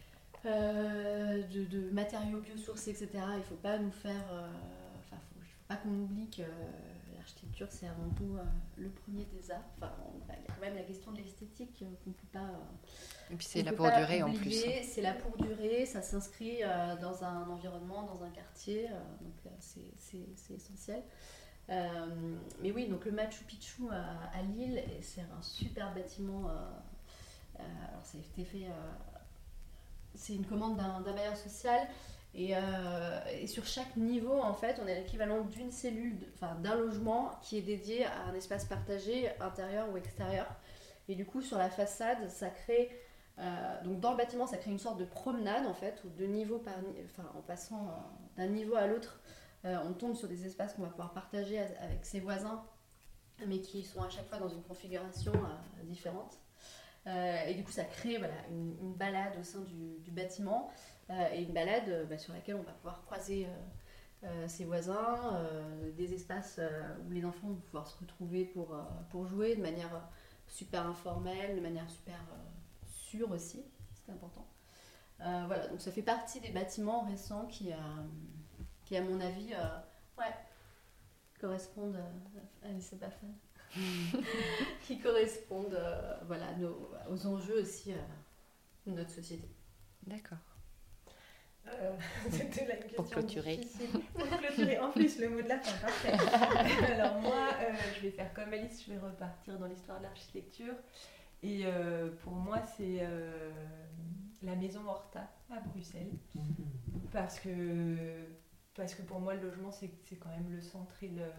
euh, de, de matériaux biosourcés, et cetera, il ne faut pas nous faire, euh, enfin, faut, il ne faut pas qu'on oublie que euh, l'architecture c'est avant tout euh, le premier des arts. Enfin, il y a quand même la question de l'esthétique euh, qu'on ne peut pas. Euh, Et puis c'est là pour durer en plus. C'est là pour durer, ça s'inscrit euh, dans un environnement, dans un quartier, euh, donc euh, c'est, c'est, c'est essentiel. Euh, mais oui, donc le Machu Picchu à, à Lille, c'est un super bâtiment. Euh, euh, alors ça a été fait, euh, c'est une commande d'un, d'un bailleur social, et, euh, et sur chaque niveau, en fait, on a l'équivalent d'une cellule, de, enfin d'un logement qui est dédié à un espace partagé, intérieur ou extérieur. Et du coup, sur la façade, ça crée, euh, donc dans le bâtiment, ça crée une sorte de promenade en fait, où de niveau par, enfin en passant euh, d'un niveau à l'autre. Euh, on tombe sur des espaces qu'on va pouvoir partager avec ses voisins, mais qui sont à chaque fois dans une configuration euh, différente. Euh, et du coup, ça crée voilà, une, une balade au sein du, du bâtiment, euh, et une balade euh, bah, sur laquelle on va pouvoir croiser euh, euh, ses voisins, euh, des espaces euh, où les enfants vont pouvoir se retrouver pour, euh, pour jouer de manière super informelle, de manière super euh, sûre aussi, c'est important. Euh, voilà, donc ça fait partie des bâtiments récents qui... Euh, qui à mon avis euh, ouais, correspondent euh, à c'est pas fan qui correspondent euh, voilà, nos, aux enjeux aussi euh, de notre société. D'accord. Euh, c'était la question pour clôturer. difficile. Pour clôturer. En plus, le mot de la fin, parfait. Alors moi, euh, je vais faire comme Alice, je vais repartir dans l'histoire de l'architecture. Et euh, pour moi, c'est euh, la maison Horta à Bruxelles. Parce que Parce que pour moi, le logement, c'est, c'est quand même le centre et le,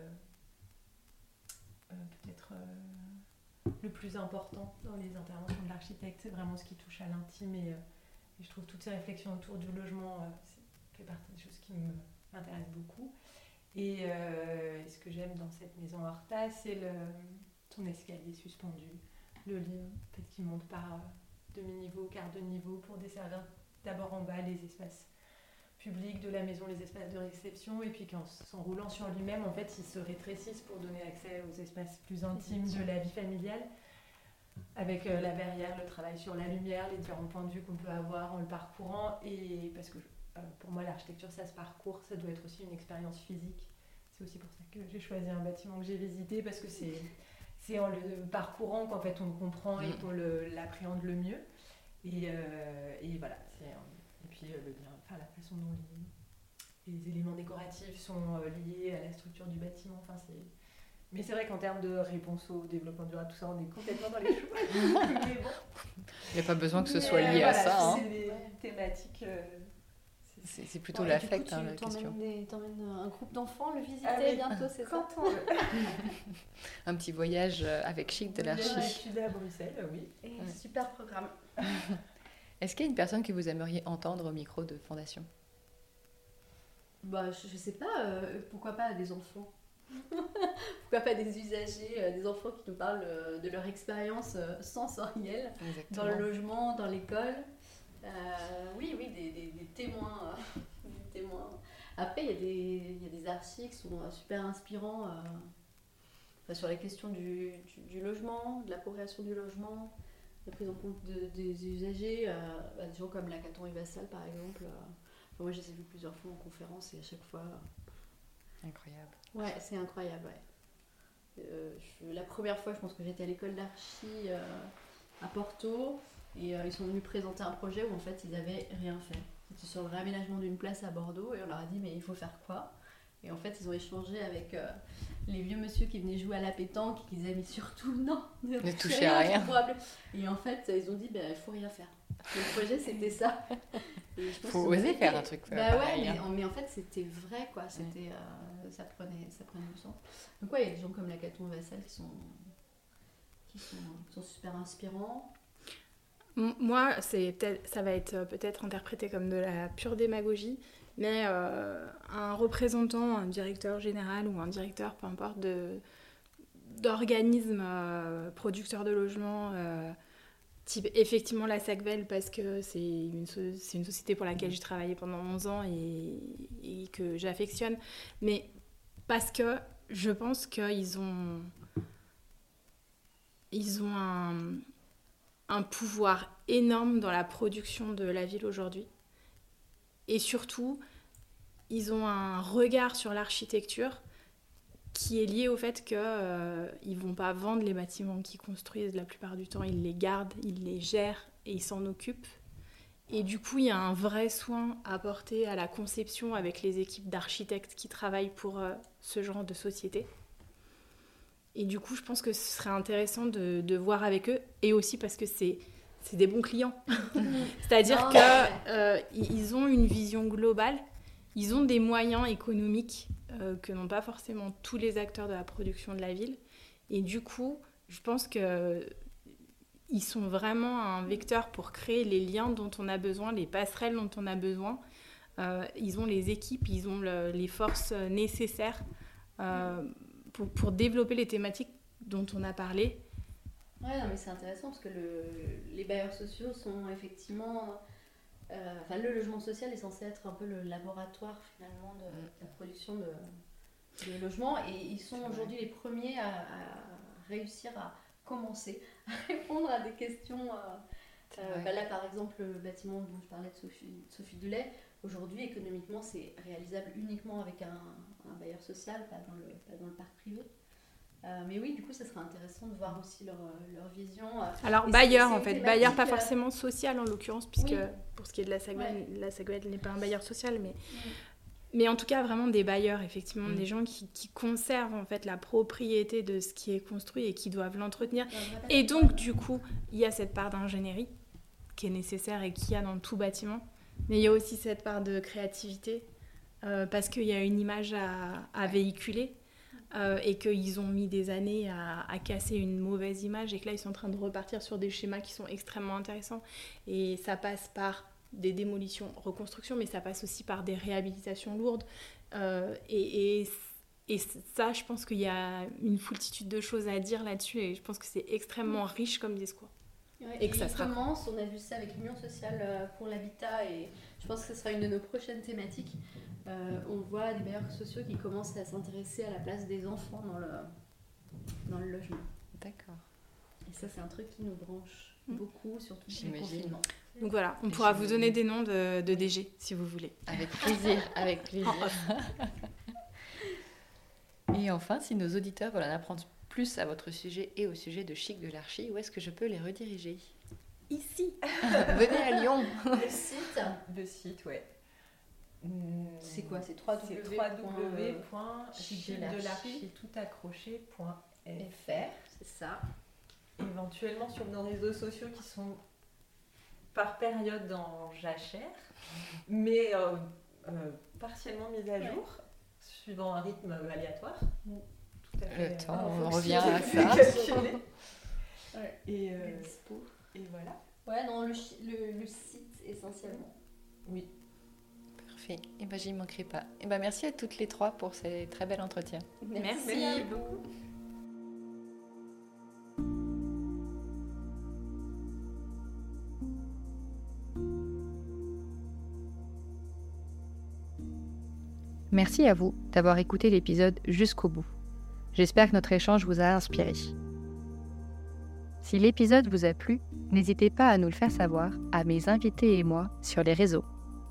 euh, peut-être euh, le plus important dans les interventions de l'architecte. C'est vraiment ce qui touche à l'intime. Et, euh, et je trouve toutes ces réflexions autour du logement, euh, c'est, fait partie des choses qui me, m'intéressent beaucoup. Et, euh, et ce que j'aime dans cette maison Horta, c'est le, son escalier suspendu, le lit en fait, qui monte par demi-niveau, quart de niveau pour desservir d'abord en bas les espaces publics de la maison, les espaces de réception, et puis qu'en s'enroulant sur lui-même, en fait, ils se rétrécissent pour donner accès aux espaces plus intimes de la vie familiale, avec euh, la verrière, le travail sur la lumière, les différents points de vue qu'on peut avoir en le parcourant, et parce que euh, pour moi, l'architecture, ça se parcourt, ça doit être aussi une expérience physique. C'est aussi pour ça que j'ai choisi un bâtiment que j'ai visité, parce que c'est, c'est en le parcourant qu'en fait on le comprend et qu'on le, l'appréhende le mieux. Et, euh, et voilà, c'est... Et puis euh, le lien, enfin, la façon dont les, les éléments décoratifs sont euh, liés à la structure du bâtiment. Enfin, c'est... Mais c'est vrai qu'en termes de réponse au développement durable, tout ça, on est complètement dans les choux. Mais bon. Il n'y a pas besoin que ce soit Mais, lié euh, à voilà, ça. Hein. C'est des thématiques. Euh, c'est... C'est, c'est plutôt Bon, l'affect, coup, hein, la t'emmènes question. Des, t'emmènes un groupe d'enfants le visiter ah, oui. bientôt, c'est Quand ça on veut. Un petit voyage avec Chic de l'archi. L'étude à Bruxelles, oui. Et Ouais. super programme. Est-ce qu'il y a une personne que vous aimeriez entendre au micro de Fondation ? Bah, je, je sais pas, euh, pourquoi pas des enfants. Pourquoi pas des usagers, euh, des enfants qui nous parlent euh, de leur expérience euh, sensorielle Exactement. dans le logement, dans l'école. Euh, oui, oui, des, des, des témoins. Euh, des témoins. Après, il y a des, il y a des archis qui sont euh, super inspirants euh, enfin, sur la question du, du, du logement, de l'appropriation du logement, la prise en compte de, des usagers, euh, bah, des gens comme Lacaton et Vassal par exemple. Euh, enfin, moi, je les ai vus plusieurs fois en conférence et à chaque fois. Euh, Incroyable. Ouais, c'est incroyable, ouais. Euh, je, la première fois, je pense que j'étais à l'école d'archi euh, à Porto et euh, ils sont venus présenter un projet où en fait ils n'avaient rien fait. C'était sur le réaménagement d'une place à Bordeaux et on leur a dit mais il faut faire quoi ? Et en fait, ils ont échangé avec euh, les vieux monsieur qui venaient jouer à la pétanque, et qu'ils avaient mis surtout non, ne touchez à rien. Et en fait, ils ont dit, il bah, ne faut rien faire. Le projet, c'était ça. Il faut oser faire un truc. Bah pareil, ouais, mais, hein. mais en fait, c'était vrai, quoi. C'était, euh, ça, prenait, ça prenait du sens. Donc ouais, il y a des gens comme Lacaton Vassal qui sont, qui sont, qui sont super inspirants. Moi, c'est peut-être, ça va être peut-être interprété comme de la pure démagogie, mais euh, un représentant, un directeur général ou un directeur, peu importe, de, d'organisme euh, producteur de logements, euh, type effectivement la SACVEL, parce que c'est une, so- c'est une société pour laquelle j'ai travaillé pendant onze ans et, et que j'affectionne, mais parce que je pense qu'ils ont, ils ont un... un pouvoir énorme dans la production de la ville aujourd'hui. Et surtout, ils ont un regard sur l'architecture qui est lié au fait qu'ils euh, ne vont pas vendre les bâtiments qu'ils construisent la plupart du temps. Ils les gardent, ils les gèrent et ils s'en occupent. Et du coup, il y a un vrai soin apporté à la conception avec les équipes d'architectes qui travaillent pour euh, ce genre de société. Et du coup, je pense que ce serait intéressant de, de voir avec eux, et aussi parce que c'est, c'est des bons clients. C'est-à-dire qu'ils euh, ont une vision globale, ils ont des moyens économiques euh, que n'ont pas forcément tous les acteurs de la production de la ville. Et du coup, je pense qu'ils sont vraiment un vecteur pour créer les liens dont on a besoin, les passerelles dont on a besoin. Euh, ils ont les équipes, ils ont le, les forces nécessaires euh, Pour, pour développer les thématiques dont on a parlé. Ouais, non, mais c'est intéressant parce que le, les bailleurs sociaux sont effectivement... Euh, enfin, le logement social est censé être un peu le laboratoire finalement de, de la production de, de logements, et ils sont aujourd'hui les premiers à, à réussir à commencer à répondre à des questions. Euh, euh, bah là, par exemple, le bâtiment dont je parlais de Sophie, Sophie Delay, aujourd'hui, économiquement, c'est réalisable uniquement avec un, un bailleur social, pas dans le, pas dans le parc privé. Euh, mais oui, du coup, ça serait intéressant de voir aussi leur, leur vision. Alors, et bailleur, c'est, en c'est fait. Bailleur, pas euh... forcément social, en l'occurrence, puisque oui. pour ce qui est de la SACVEL, ouais. la SACVEL n'est pas un bailleur social, mais... Oui. Mais en tout cas, vraiment des bailleurs, effectivement, mmh. des gens qui, qui conservent, en fait, la propriété de ce qui est construit et qui doivent l'entretenir. Ouais, et donc, du coup, il y a cette part d'ingénierie qui est nécessaire et qu'il y a dans tout bâtiment. Mais il y a aussi cette part de créativité, euh, parce qu'il y a une image à, à véhiculer, euh, et qu'ils ont mis des années à, à casser une mauvaise image, et que là, ils sont en train de repartir sur des schémas qui sont extrêmement intéressants. Et ça passe par des démolitions, reconstructions, mais ça passe aussi par des réhabilitations lourdes. Euh, et, et, et ça, je pense qu'il y a une foultitude de choses à dire là-dessus, et je pense que c'est extrêmement riche comme discours. Ouais, et et que ça sera... commence, on a vu ça avec l'Union sociale pour l'habitat, et je pense que ce sera une de nos prochaines thématiques. Euh, on voit des bailleurs sociaux qui commencent à s'intéresser à la place des enfants dans le, dans le logement. D'accord. Et ça, c'est un truc qui nous branche mmh. beaucoup, surtout chez le confinement. Donc voilà, on et pourra vous donner des noms de, de D G, si vous voulez. Avec plaisir, avec plaisir. Et enfin, si nos auditeurs veulent en apprendre plus à votre sujet et au sujet de Chic de l'Archi, où est-ce que je peux les rediriger ? Ici. Venez à Lyon. Le site Le site, ouais. C'est quoi ? C'est w w w point chic de l'archi tout accroché point f r. C'est ça. Éventuellement sur nos réseaux sociaux qui sont par période en jachère, mais euh, euh, partiellement mis à jour, ouais. suivant un rythme aléatoire. Tout à fait. Le temps, euh, on revient à ça. ouais. Et, euh, et voilà. Ouais, non, le, le, le site essentiellement. Oui. Parfait. Et ben, j'y manquerai pas. Et ben, merci à toutes les trois pour ces très bel entretien. Merci, merci beaucoup. Merci à vous d'avoir écouté l'épisode jusqu'au bout. J'espère que notre échange vous a inspiré. Si l'épisode vous a plu, n'hésitez pas à nous le faire savoir à mes invités et moi sur les réseaux.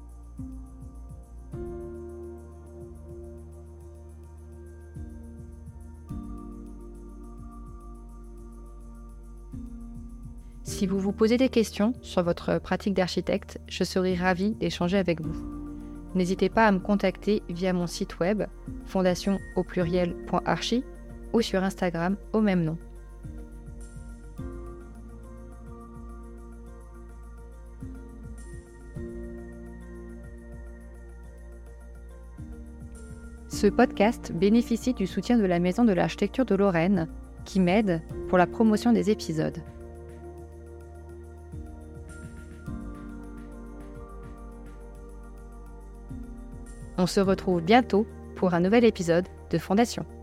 Si vous vous posez des questions sur votre pratique d'architecte, je serai ravie d'échanger avec vous. n'hésitez pas à me contacter via mon site web fondation au pluriel point archi ou sur Instagram au même nom. Ce podcast bénéficie du soutien de la Maison de l'Architecture de Lorraine, qui m'aide pour la promotion des épisodes. On se retrouve bientôt pour un nouvel épisode de Fondation.